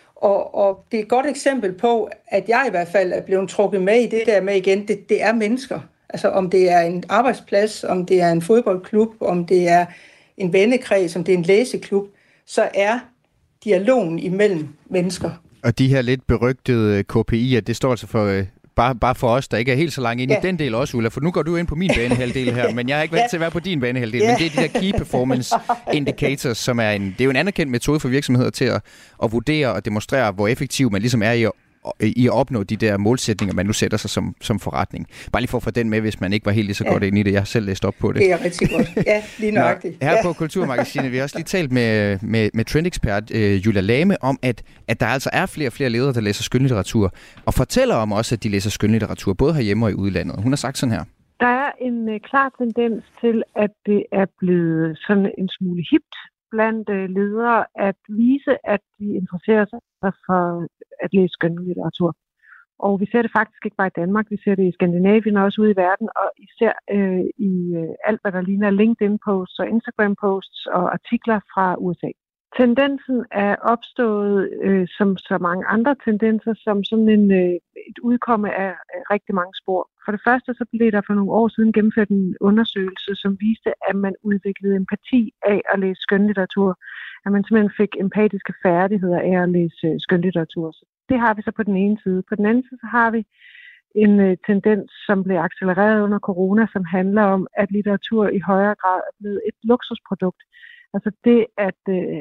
Og det er et godt eksempel på, at jeg i hvert fald er blevet trukket med i det der med igen, det er mennesker. Altså om det er en arbejdsplads, om det er en fodboldklub, om det er en vennekreds, om det er en læseklub, så er dialogen imellem mennesker. Og de her lidt berygtede KPI'er, det står altså for... Bare for os, der ikke er helt så langt inde i den del også, Ulla, for nu går du ind på min banehalvdel her, men jeg er ikke vant til at være på din banehalvdel, men det er de der Key Performance Indicators, som er det er jo en anerkendt metode for virksomheder til at vurdere og demonstrere, hvor effektiv man ligesom er i at opnå de der målsætninger, man nu sætter sig som forretning. Bare lige for at få den med, hvis man ikke var helt lige så godt inde i det. Jeg har selv læst op på det. Det er rigtig godt. Ja, lige nøjagtigt. Her på Kulturmagasinet, vi har også lige talt med trendekspert Julia Lame om, at der altså er flere og flere ledere, der læser skønlitteratur, og fortæller om også, at de læser skønlitteratur, både herhjemme og i udlandet. Hun har sagt sådan her. Der er en klar tendens til, at det er blevet sådan en smule hipt blandt ledere at vise, at de interesserer sig for at læse skønlitteratur. Og vi ser det faktisk ikke bare i Danmark, vi ser det i Skandinavien og også ude i verden, og især i alt, hvad der ligner LinkedIn-posts og Instagram-posts og artikler fra USA. Tendensen er opstået som så mange andre tendenser, som sådan et udkomme af rigtig mange spor. For det første så blev der for nogle år siden gennemført en undersøgelse, som viste, at man udviklede empati af at læse skønlitteratur. At man simpelthen fik empatiske færdigheder af at læse skønlitteratur. Så det har vi så på den ene side. På den anden side så har vi en tendens, som blev accelereret under corona, som handler om, at litteratur i højere grad er blevet et luksusprodukt. Altså det at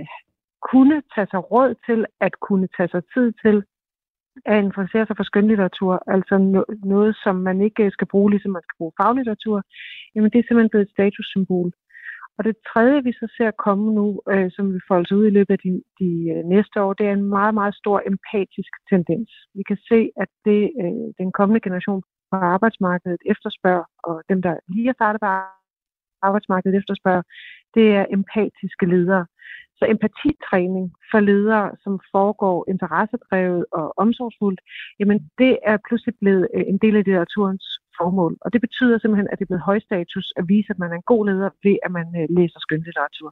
kunne tage sig råd til, at kunne tage sig tid til at interessere sig for skønlitteratur, altså noget, som man ikke skal bruge, ligesom man skal bruge faglitteratur, jamen det er simpelthen blevet et statussymbol. Og det tredje, vi så ser komme nu, som vi folder sig ud i løbet af de næste år, det er en meget, meget stor empatisk tendens. Vi kan se, at den kommende generation på arbejdsmarkedet efterspørger, og dem, der lige er startet på arbejdsmarkedet efterspørger, det er empatiske ledere. Så empatitræning for ledere, som foregår interessedrevet og omsorgsfuldt, jamen det er pludselig blevet en del af litteraturens formål. Og det betyder simpelthen, at det er blevet højstatus at vise, at man er en god leder ved, at man læser skønlitteratur.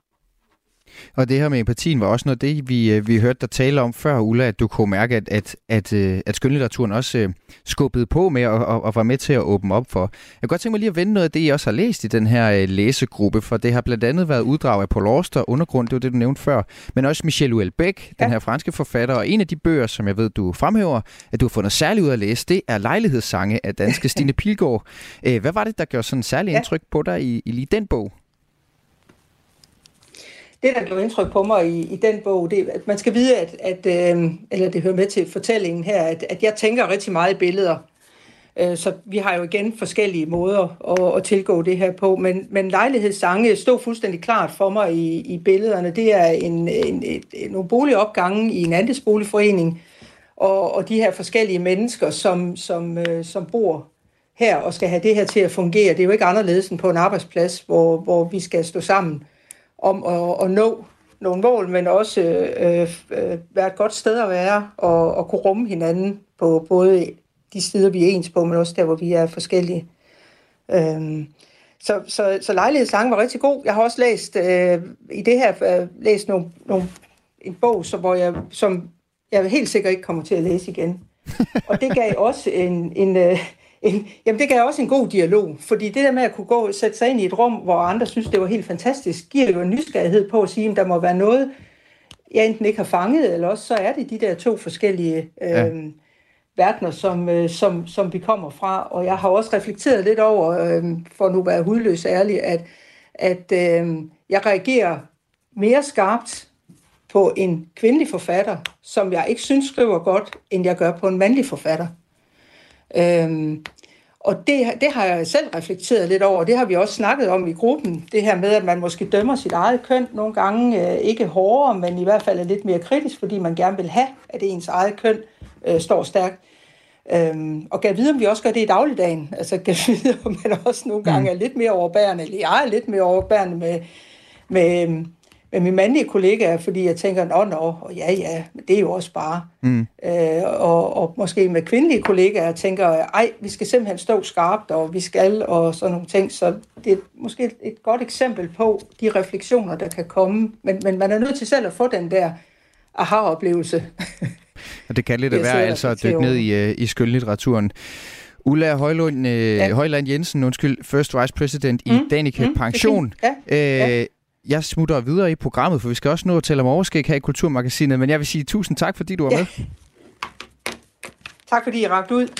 Og det her med empatien var også noget det, vi hørte dig tale om før, Ulla, at du kunne mærke, at skønlitteraturen også skubbede på med og var med til at åbne op for. Jeg kan godt tænke mig lige at vende noget af det, I også har læst i den her læsegruppe, for det har blandt andet været uddrag af Paul Auster, Undergrund, det var det, du nævnte før, men også Michel Houellebecq, den her franske forfatter, og en af de bøger, som jeg ved, du fremhæver, at du har fundet særligt ud at læse, det er Lejlighedssange af danske Stine Pilgaard. Hvad var det, der gjorde sådan en særlig indtryk på dig i lige den bog? Det, der gjorde indtryk på mig i den bog, det er, at man skal vide, eller det hører med til fortællingen her, at jeg tænker rigtig meget i billeder. Så vi har jo igen forskellige måder at tilgå det her på, men Lejlighedssange stod fuldstændig klart for mig i billederne. Det er nogle boligopgange i en andelsboligforening, og de her forskellige mennesker, som bor her og skal have det her til at fungere. Det er jo ikke anderledes end på en arbejdsplads, hvor vi skal stå sammen om at nå nogle mål, men også være et godt sted at være og kunne rumme hinanden på både de steder, vi er ens på, men også der, hvor vi er forskellige. Så Lejlighedssange var rigtig god. Jeg har også læst i det her læst en bog, som jeg helt sikkert ikke kommer til at læse igen. Og det gav også det gav også en god dialog, fordi det der med at kunne gå og sætte sig ind i et rum, hvor andre synes, det var helt fantastisk, giver jo en nysgerrighed på at sige, at der må være noget, jeg enten ikke har fanget, eller også så er det de der to forskellige verdener, som vi kommer fra. Og jeg har også reflekteret lidt over, for nu at være hudløs ærlig, at jeg reagerer mere skarpt på en kvindelig forfatter, som jeg ikke synes skriver godt, end jeg gør på en mandlig forfatter. Og det har jeg selv reflekteret lidt over, det har vi også snakket om i gruppen, det her med, at man måske dømmer sit eget køn nogle gange, ikke hårdere, men i hvert fald er lidt mere kritisk, fordi man gerne vil have, at ens eget køn står stærkt. Og kan vide, om vi også gør det i dagligdagen, altså kan vide, om man også nogle gange er lidt mere overbærende, eller jeg er lidt mere overbærende med mine mandlige kollegaer, fordi jeg tænker, ja, men det er jo også bare. Og måske med kvindelige kollegaer tænker, vi skal simpelthen stå skarpt, og vi skal, og sådan nogle ting. Så det er måske et godt eksempel på de refleksioner, der kan komme. Men man er nødt til selv at få den der aha-oplevelse. Og det kan lidt være altså at dykke ned i skønlitteraturen. Ulla Højland Jensen, First Vice President i Danica Pension. Jeg smutter videre i programmet, for vi skal også nå at tale om overskæg her i Kulturmagasinet, men jeg vil sige tusind tak, fordi du var med. Tak, fordi I rakte ud.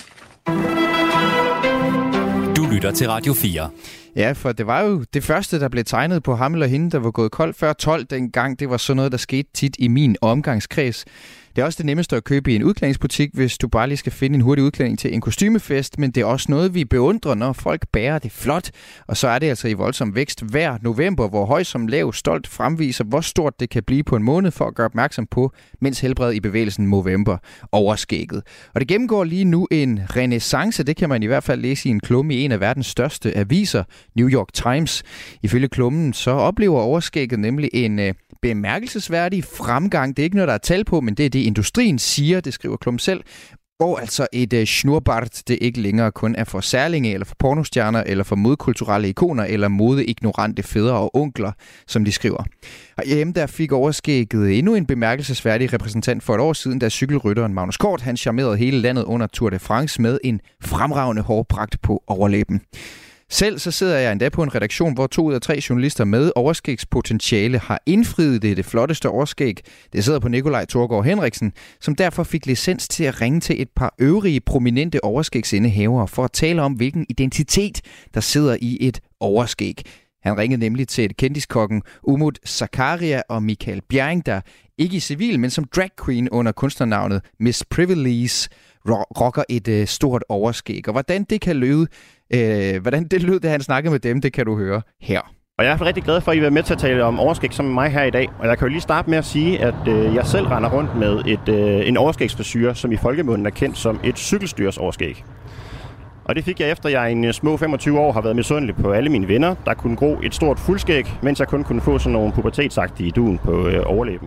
Du lytter til Radio 4. Ja, for det var jo det første, der blev tegnet på ham eller hende, der var gået koldt før 12 dengang. Det var sådan noget, der skete tit i min omgangskreds. Det er også det nemmeste at købe i en udklædningsbutik, hvis du bare lige skal finde en hurtig udklædning til en kostymefest, men det er også noget, vi beundrer, når folk bærer det flot. Og så er det altså i voldsom vækst hver november, hvor høj som lav stolt fremviser, hvor stort det kan blive på en måned for at gøre opmærksom på, mens helbred i bevægelsen Movember overskægget. Og det gennemgår lige nu en renæssance, det kan man i hvert fald læse i en klumme i en af verdens største aviser, New York Times. Ifølge klummen så oplever overskægget nemlig en bemærkelsesværdig fremgang. Det er ikke noget, der er tal på, men det er det, industrien siger, det skriver klummen selv, hvor altså et schnurrbart, det ikke længere kun er for særlinge, eller for pornostjerner, eller for modkulturelle ikoner, eller modeignorante fædre og onkler, som de skriver. Og hjemme der fik overskægget endnu en bemærkelsesværdig repræsentant for et år siden, da cykelrytteren Magnus Kort, han charmerede hele landet under Tour de France med en fremragende hårpragt på overlæben. Selv så sidder jeg endda på en redaktion, hvor 2 ud af 3 journalister med overskægspotentiale har indfriet det flotteste overskæg. Det sidder på Nikolaj Thorgård Henriksen, som derfor fik licens til at ringe til et par øvrige prominente overskægsindehavere for at tale om, hvilken identitet der sidder i et overskæg. Han ringede nemlig til kendiskokken Umut Sakarya og Michael Bjerring, der ikke i civil, men som drag queen under kunstnernavnet Miss Privilege rocker et stort overskæg. Og hvordan det kan lyde, hvordan det lød, da han snakkede med dem, det kan du høre her. Og jeg er rigtig glad for, at I er med til at tale om overskæg sammen med mig her i dag. Og jeg kan jo lige starte med at sige, at jeg selv render rundt med en overskægsfrisyre, som i folkemunden er kendt som et cykelstyrs overskæg. Og det fik jeg efter, jeg i en små 25 år har været misundelig på alle mine venner, der kunne gro et stort fuldskæg, mens jeg kun kunne få sådan nogle pubertetsagtige duen på overlæben.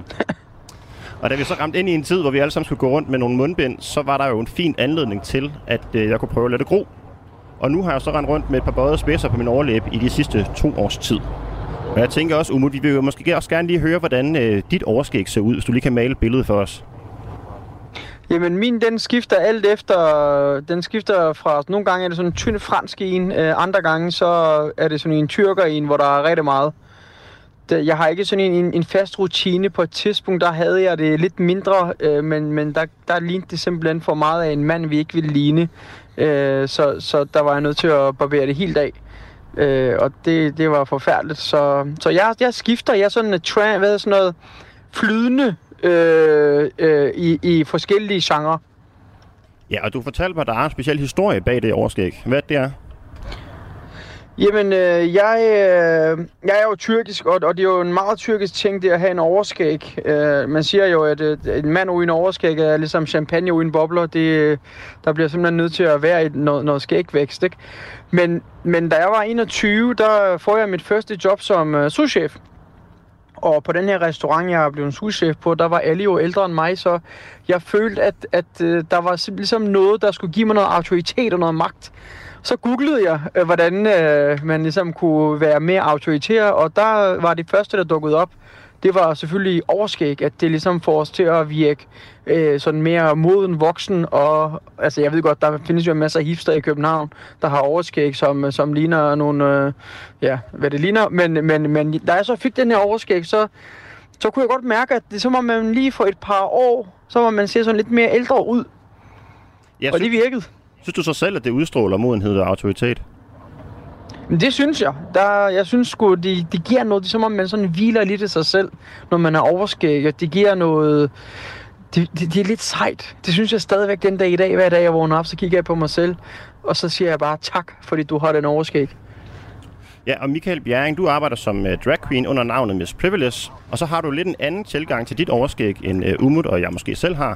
Og da vi så ramte ind i en tid, hvor vi alle sammen skulle gå rundt med nogle mundbind, så var der jo en fin anledning til, at jeg kunne prøve at lade det gro. Og nu har jeg så rendt rundt med et par bøjede spidser på min overlæbe i de sidste 2 års tid. Og jeg tænker også, Umut, vi vil jo måske også gerne lige høre, hvordan dit overskæg ser ud, hvis du lige kan male et billede for os. Jamen min, den skifter alt efter, den skifter fra, nogle gange er det sådan en tynd fransk en, andre gange så er det sådan en tyrker en, hvor der er rigtig meget. Jeg har ikke sådan en fast rutine. På et tidspunkt, der havde jeg det lidt mindre, men der lignede det simpelthen for meget af en mand, vi ikke ville ligne. Så der var jeg nødt til at barbere det helt af. Og det var forfærdeligt. Så jeg skifter. Jeg er sådan noget flydende i forskellige genrer. Ja, og du fortalte mig, at der er en speciel historie bag det overskæg. Hvad det er? Jamen, jeg er jo tyrkisk, og det er jo en meget tyrkisk ting, det at have en overskæg. Man siger jo, at en mand uden overskæg er ligesom champagne uden bobler. Der bliver simpelthen nødt til at være noget skægvækst, ikke? Men da jeg var 21, der får jeg mit første job som souschef. Og på den her restaurant, jeg er blevet souschef på, der var alle jo ældre end mig, så jeg følte, at der var ligesom noget, der skulle give mig noget autoritet og noget magt. Så googlede jeg, hvordan man ligesom kunne være mere autoritær, og der var det første, der dukkede op. Det var selvfølgelig overskæg, at det ligesom får os til at virke sådan mere moden voksen. Og altså, jeg ved godt, der findes jo en masse hipster i København, der har overskæg, som ligner nogle, hvad det ligner. Men da jeg så fik den her overskæg, så kunne jeg godt mærke, at det så må man lige for et par år, så må man se sådan lidt mere ældre ud. Ja, og det virkede. Synes du så selv, at det udstråler modenhed og autoritet? Det synes jeg. Jeg synes sgu, det giver noget. Det er som om, man sådan hviler lidt i sig selv, når man er overskæg. Det giver noget. Det er lidt sejt. Det synes jeg stadigvæk den dag i dag. Hver dag jeg vågner op, så kigger jeg på mig selv. Og så siger jeg bare tak, fordi du har den overskæg. Ja, og Michael Bjerring, du arbejder som drag queen under navnet Miss Privilege. Og så har du lidt en anden tilgang til dit overskæg, end Umut og jeg måske selv har.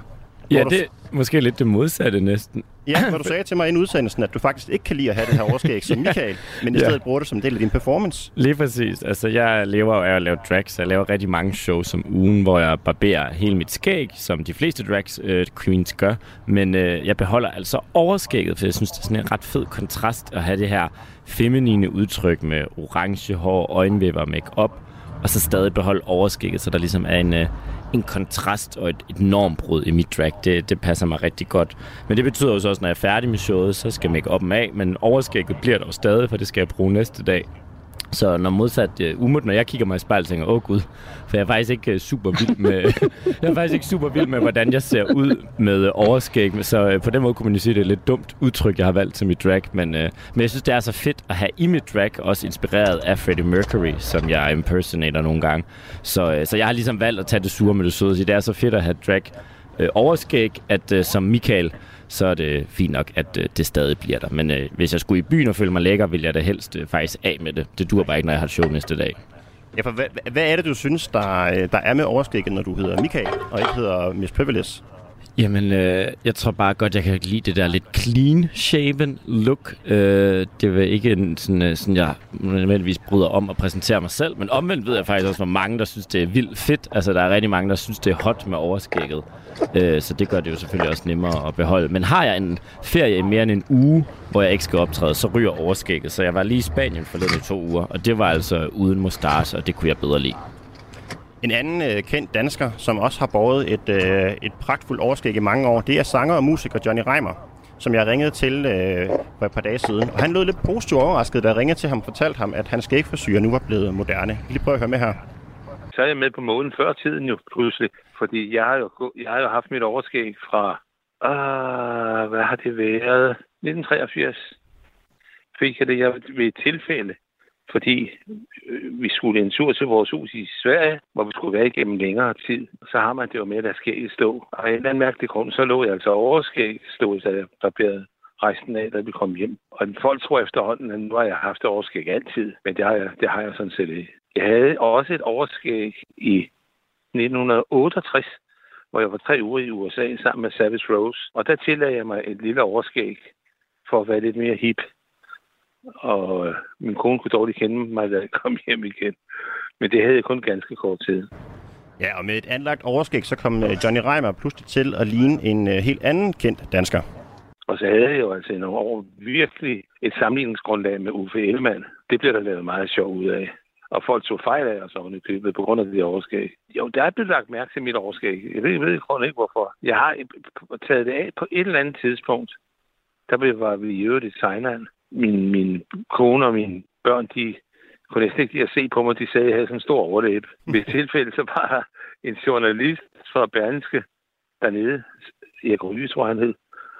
Ja, det er måske lidt det modsatte næsten. Ja, hvor du sagde til mig inden udsendelsen, at du faktisk ikke kan lide at have det her overskæg som Michael, men i stedet bruger det som del af din performance. Lige præcis. Altså, jeg lever af at lave drag, så jeg laver rigtig mange shows om ugen, hvor jeg barberer hele mit skæg, som de fleste drags queens gør. Men jeg beholder altså overskægget, for jeg synes, det er sådan en ret fed kontrast at have det her feminine udtryk med orange hår, øjenvipper og make-up, og så stadig beholde overskægget, så der ligesom er en kontrast og et normbrud i mit drag. Det passer mig rigtig godt. Men det betyder jo så også, når jeg er færdig med showet, så skal make-up'en af, men overskægget bliver der jo stadig, for det skal jeg bruge næste dag. Så når modsat Umut, når jeg kigger mig i spejlet, tænker åh gud, for jeg er faktisk ikke super vild med, hvordan jeg ser ud med overskæg. Så på den måde kunne man jo sige, at det er et lidt dumt udtryk, jeg har valgt til mit drag. Men jeg synes, det er så fedt at have i mit drag, også inspireret af Freddie Mercury, som jeg impersonator nogle gange. Så jeg har ligesom valgt at tage det sure med det søde. Så det er så fedt at have drag overskæg, at som Michael, så er det fint nok, at det stadig bliver der. Men hvis jeg skulle i byen og føle mig lækker, vil jeg da helst faktisk af med det. Det dur bare ikke, når jeg har et show næste dag. Ja, for hvad er det, du synes, der er med overskægget, når du hedder Michael, og ikke hedder Miss Privilege? Jamen, jeg tror bare godt, jeg kan lide det der lidt clean-shaven look. Det er ikke sådan, jeg nødvendigvis bryder om at præsentere mig selv, men omvendt ved jeg faktisk også, hvor mange, der synes, det er vildt fedt. Altså, der er rigtig mange, der synes, det er hot med overskægget. Så det gør det jo selvfølgelig også nemmere at beholde. Men har jeg en ferie i mere end en uge, hvor jeg ikke skal optræde, så ryger overskægget. Så jeg var lige i Spanien forleden i 2 uger, og det var altså uden mustache, og det kunne jeg bedre lide. En anden kendt dansker, som også har båret et pragtfuldt overskæg i mange år, det er sanger og musiker Johnny Reimer, som jeg ringede til for et par dage siden. Og han lød lidt positivt overrasket, da jeg ringede til ham og fortalte ham, at hans skægfrisyre nu var blevet moderne. Jeg lige prøve at høre med her. Så er jeg med på måden før tiden jo pludselig, fordi jeg har jo haft mit overskæg fra, hvad har det været? 1983 fik jeg det ved et tilfælde, fordi vi skulle en tur til vores hus i Sverige, hvor vi skulle være igennem længere tid. Så har man det jo med at lade skægget stå. Og af en eller anden mærkelig grund, så lå jeg altså overskæg stå, så jeg barberede resten af, da vi kom hjem. Og folk tror efterhånden, at nu har jeg haft overskæg altid, men det har jeg sådan set ikke. Jeg havde også et overskæg i 1968, hvor jeg var 3 uger i USA sammen med Savage Rose. Og der tillagde jeg mig et lille overskæg for at være lidt mere hip. Og min kone kunne dårligt kende mig, da jeg kom hjem igen. Men det havde jeg kun ganske kort tid. Ja, og med et anlagt overskæg, så kom Johnny Reimer pludselig til at ligne en helt anden kendt dansker. Og så havde jeg jo altså i nogle år virkelig et sammenligningsgrundlag med Uffe Ellemann. Det blev der lavet meget sjov ud af. Og folk tog fejl af os oven i købet på grund af det overskæg. Jo, der er blevet lagt mærke til mit overskæg. Jeg ved ikke hvorfor. Jeg har taget det af på et eller andet tidspunkt. Der var vi i øvrigt i Thailand. Min kone og mine børn, de kunne næsten ikke lide at se på mig. De sagde, at jeg havde sådan en stor overlæbe. Ved tilfælde så var en journalist fra Berlingske dernede, Erik Ryge, tror han hed,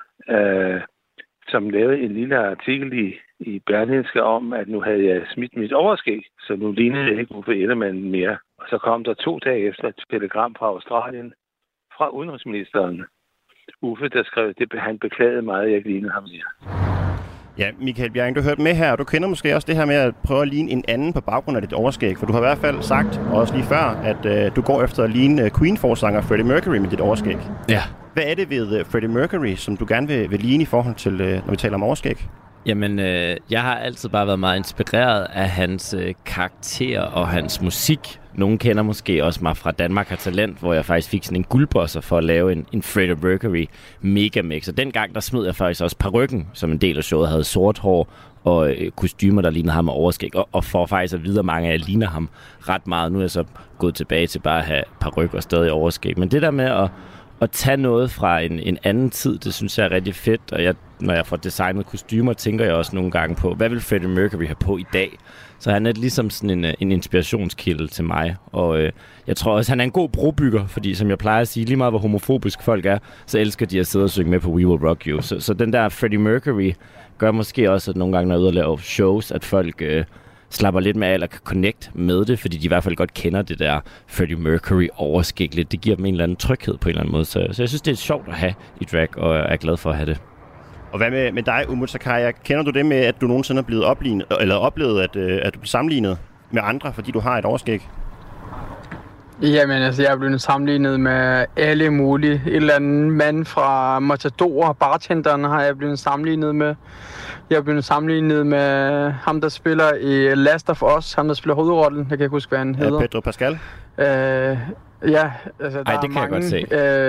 som lavede en lille artikel i Berlingske om, at nu havde jeg smidt mit overskæg, så nu lignede jeg ikke Uffe Ellemann mere. Og så kom der 2 dage efter et telegram fra Australien, fra udenrigsministeren. Uffe, der skrev, at han beklagede meget, at jeg ikke lignede ham mere. Ja, Michael Bjerring, du hørte med her, og du kender måske også det her med at prøve at ligne en anden på baggrund af dit overskæg, for du har i hvert fald sagt, også lige før, at du går efter at ligne Queen-forsanger Freddie Mercury med dit overskæg. Ja. Hvad er det ved Freddie Mercury, som du gerne vil ligne i forhold til, når vi taler om overskæg? Jamen, jeg har altid bare været meget inspireret af hans karakter og hans musik. Nogle kender måske også mig fra Danmark har Talent, hvor jeg faktisk fik sådan en guldbosser for at lave en Freddie Mercury megamix. Og dengang, der smed jeg faktisk også parykken, som en del af showet havde sort hår og kostymer, der lignede ham med overskæg. Og for faktisk at vide, at mange af jer ligner ham ret meget. Nu er jeg så gået tilbage til bare at have paryk og stadig overskæg. Men det der med at tage noget fra en anden tid, det synes jeg er rigtig fedt. Og når jeg får designet kostymer, tænker jeg også nogle gange på, hvad vil Freddie Mercury have på i dag? Så han er ligesom sådan en inspirationskilde til mig. Og jeg tror også, han er en god brobygger, fordi som jeg plejer at sige, lige meget hvor homofobisk folk er, så elsker de at sidde og synge med på We Will Rock You. Så den der Freddie Mercury gør måske også, at nogle gange, når jeg er ude og lave shows, at folk slapper lidt med af, eller kan connect med det, fordi de i hvert fald godt kender det der Freddie Mercury overskæg lidt. Det giver dem en eller anden tryghed på en eller anden måde. Så jeg synes, det er sjovt at have i drag, og jeg er glad for at have det. Og hvad med dig, Umut Sakai? Kender du det med, at du nogensinde er blevet oplevet, at du bliver sammenlignet med andre, fordi du har et overskæg? Jamen, altså, jeg er blevet sammenlignet med alle mulige. Et eller andet mand fra Matador, bartenderen, har jeg blevet sammenlignet med. Jeg er blevet sammenlignet med ham, der spiller i Last of Us, ham, der spiller hovedrollen. Jeg kan ikke huske, hvad han hedder. Pedro Pascal? Ja, altså, der det kan mange, jeg godt se.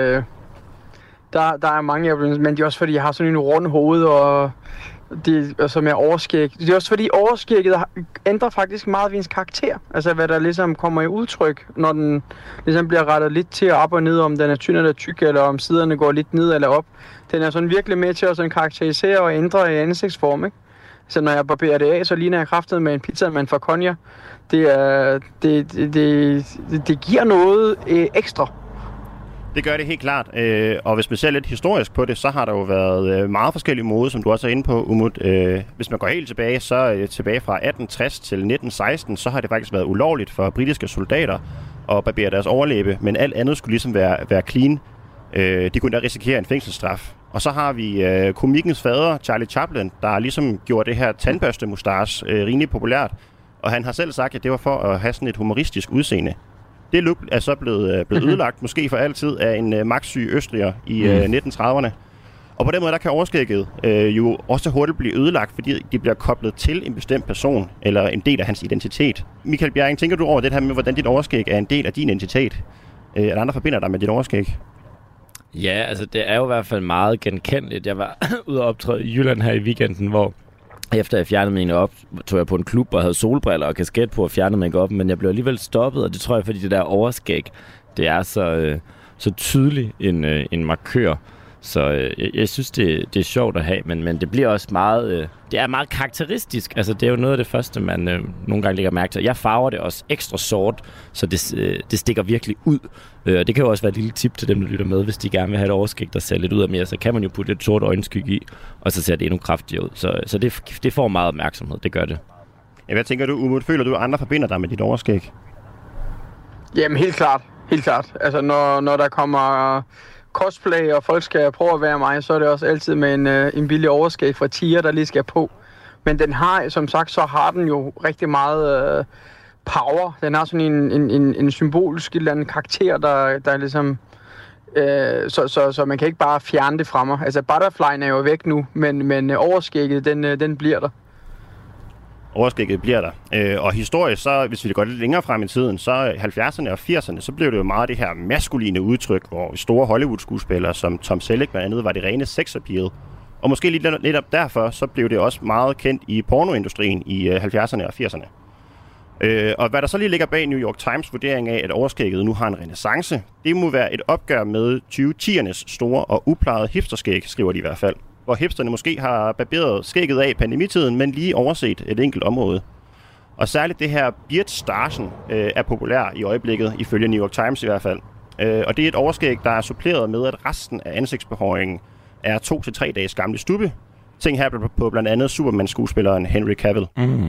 Der er mange, men det er også fordi, jeg har sådan en rund hoved, og det, som er overskæg. Det er også fordi, overskægget ændrer faktisk meget ved ens karakter. Altså, hvad der ligesom kommer i udtryk, når den ligesom bliver rettet lidt til op og ned, om den er tynd eller tyk, eller om siderne går lidt ned eller op. Den er sådan virkelig med til at sådan karakterisere og ændre i ansigtsform, ikke? Så når jeg barberer det af, så ligner jeg kraftet med en pizzamand fra Konya. Det giver noget ekstra. Det gør det helt klart, og hvis man ser lidt historisk på det, så har der jo været meget forskellige mode, som du også er inde på, Umut. Hvis man går helt tilbage, så tilbage fra 1860 til 1916, så har det faktisk været ulovligt for britiske soldater at barbere deres overlæbe, men alt andet skulle ligesom være clean. De kunne da risikere en fængselsstraf. Og så har vi komikkens fader, Charlie Chaplin, der ligesom gjorde det her tandbørstemustache rimelig populært, og han har selv sagt, at det var for at have sådan et humoristisk udseende. Det look er så blevet ødelagt, måske for altid, af en magtsyg østriger i 1930'erne. Og på den måde, der kan overskægget jo også hurtigt blive ødelagt, fordi de bliver koblet til en bestemt person, eller en del af hans identitet. Michael Bjerring, tænker du over det her med, hvordan dit overskæg er en del af din identitet? Er der andre forbinder dig med dit overskæg? Ja, altså det er jo i hvert fald meget genkendeligt. Jeg var ude og optræde i Jylland her i weekenden, hvor efter jeg fjernede mine op, tog jeg på en klub og havde solbriller og kasket på og fjernede mig op, men jeg blev alligevel stoppet, og det tror jeg, fordi det der overskæg, det er så tydeligt en markør. Så jeg synes, det er sjovt at have, men det bliver også meget, det er meget karakteristisk. Altså, det er jo noget af det første, man nogle gange lægger mærke til. Jeg farver det også ekstra sort, så det stikker virkelig ud. Det kan jo også være et lille tip til dem, der lytter med, hvis de gerne vil have et overskæg, der ser lidt ud af mere. Så kan man jo putte et sort øjenskygge i, og så ser det endnu kraftigere ud. Så det får meget opmærksomhed, det gør det. Ja, hvad tænker du, Umut? Føler du, at andre forbinder dig med dit overskæg? Jamen, helt klart. Helt klart. Altså, når der kommer cosplay, og folk skal prøve at være mig, så er det også altid med en billig overskæg fra Tiger, der lige skal på. Men den har, som sagt, så har den jo rigtig meget power. Den har sådan en symbolisk eller anden karakter, der ligesom så man kan ikke bare fjerne det fra mig. Altså, butterflyen er jo væk nu, men overskægget, den bliver der. Overskægget bliver der. Og historisk, så hvis vi går lidt længere frem i tiden, så 70'erne og 80'erne, så blev det jo meget det her maskuline udtryk, hvor store Hollywood-skuespillere som Tom Selleck blandt andet var det rene sex-appeal. Og måske lidt derfor, så blev det også meget kendt i pornoindustrien i 70'erne og 80'erne. Og hvad der så lige ligger bag New York Times vurdering af, at overskægget nu har en renæssance, det må være et opgør med 2010'ernes store og uplejede hipsterskæg, skriver de i hvert fald. Hvor hipsterne måske har barberet skægget af pandemitiden, men lige overset et enkelt område. Og særligt det her beardstachen er populær i øjeblikket, ifølge New York Times i hvert fald. Og det er et overskæg, der er suppleret med, at resten af ansigtsbehåringen er 2 til 3 dages gamle stubbe. Tænk her på blandt andet Superman-skuespilleren Henry Cavill.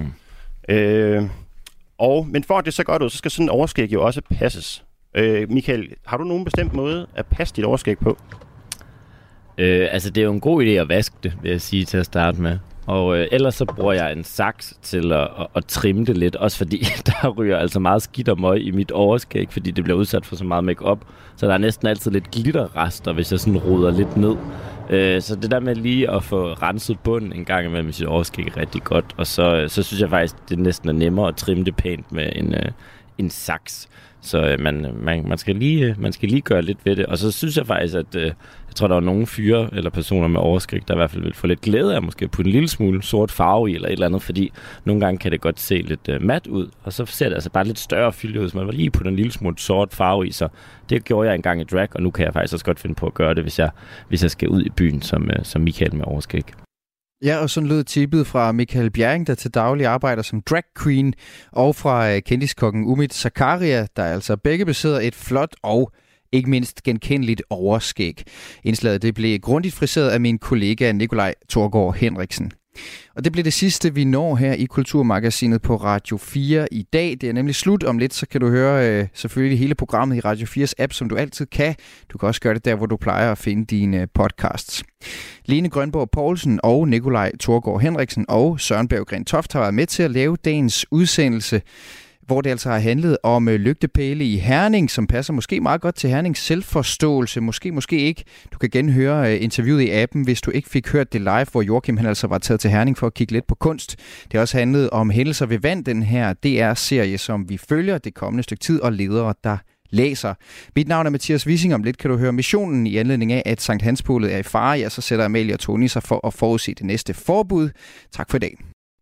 Men for at det så godt ud, så skal sådan en overskæg jo også passes. Michael, har du nogen bestemt måde at passe dit overskæg på? Altså, det er jo en god idé at vaske det, vil jeg sige til at starte med. Og ellers så bruger jeg en saks til at trimme det lidt, også fordi der ryger altså meget skidt og møg i mit overskæg, fordi det bliver udsat for så meget make-up. Så der er næsten altid lidt glitterrester, hvis jeg sådan roder lidt ned. Så det der med lige at få renset bunden en gang imellem sit overskæg rigtig godt, og så synes jeg faktisk, det næsten er nemmere at trimme det pænt med en saks. Så man skal lige gøre lidt ved det. Og så synes jeg faktisk, at jeg tror, der er nogle fyre eller personer med overskæg, der i hvert fald vil få lidt glæde af måske putte en lille smule sort farve i eller et eller andet, fordi nogle gange kan det godt se lidt mat ud, og så ser det altså bare lidt større fylde ud, hvis man var lige putte en lille smule sort farve i. Så det gjorde jeg engang i drag, og nu kan jeg faktisk også godt finde på at gøre det, hvis jeg skal ud i byen som Michael med overskæg. Ja, og sådan lød tippet fra Michael Bjerring, der til daglig arbejder som drag queen, og fra kendiskokken Umut Sakarya, der altså begge besidder et flot og ikke mindst genkendeligt overskæg. Indslaget det blev grundigt friseret af min kollega Nikolaj Thorgård Henriksen. Og det blev det sidste, vi når her i Kulturmagasinet på Radio 4 i dag. Det er nemlig slut. Om lidt, så kan du høre selvfølgelig hele programmet i Radio 4's app, som du altid kan. Du kan også gøre det der, hvor du plejer at finde dine podcasts. Lene Grønborg Poulsen og Nikolaj Thorgård Henriksen og Søren Berggren Toft har været med til at lave dagens udsendelse, hvor det altså har handlet om lygtepæle i Herning, som passer måske meget godt til Hernings selvforståelse. Måske ikke. Du kan genhøre interviewet i appen, hvis du ikke fik hørt det live, hvor Joachim han altså var taget til Herning for at kigge lidt på kunst. Det har også handlet om hændelser ved vand, den her DR-serie, som vi følger det kommende stykke tid, og ledere, der læser. Mit navn er Mathias Wissing. Om lidt kan du høre missionen i anledning af, at Sankt Hans-bålet er i fare. Ja, så sætter Amalie og Tony sig for at forudse det næste forbud. Tak for i dag.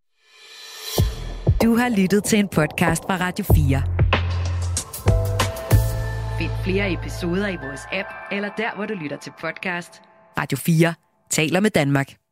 Du har lyttet til en podcast fra Radio 4. Find flere episoder i vores app, eller der, hvor du lytter til podcast. Radio 4 taler med Danmark.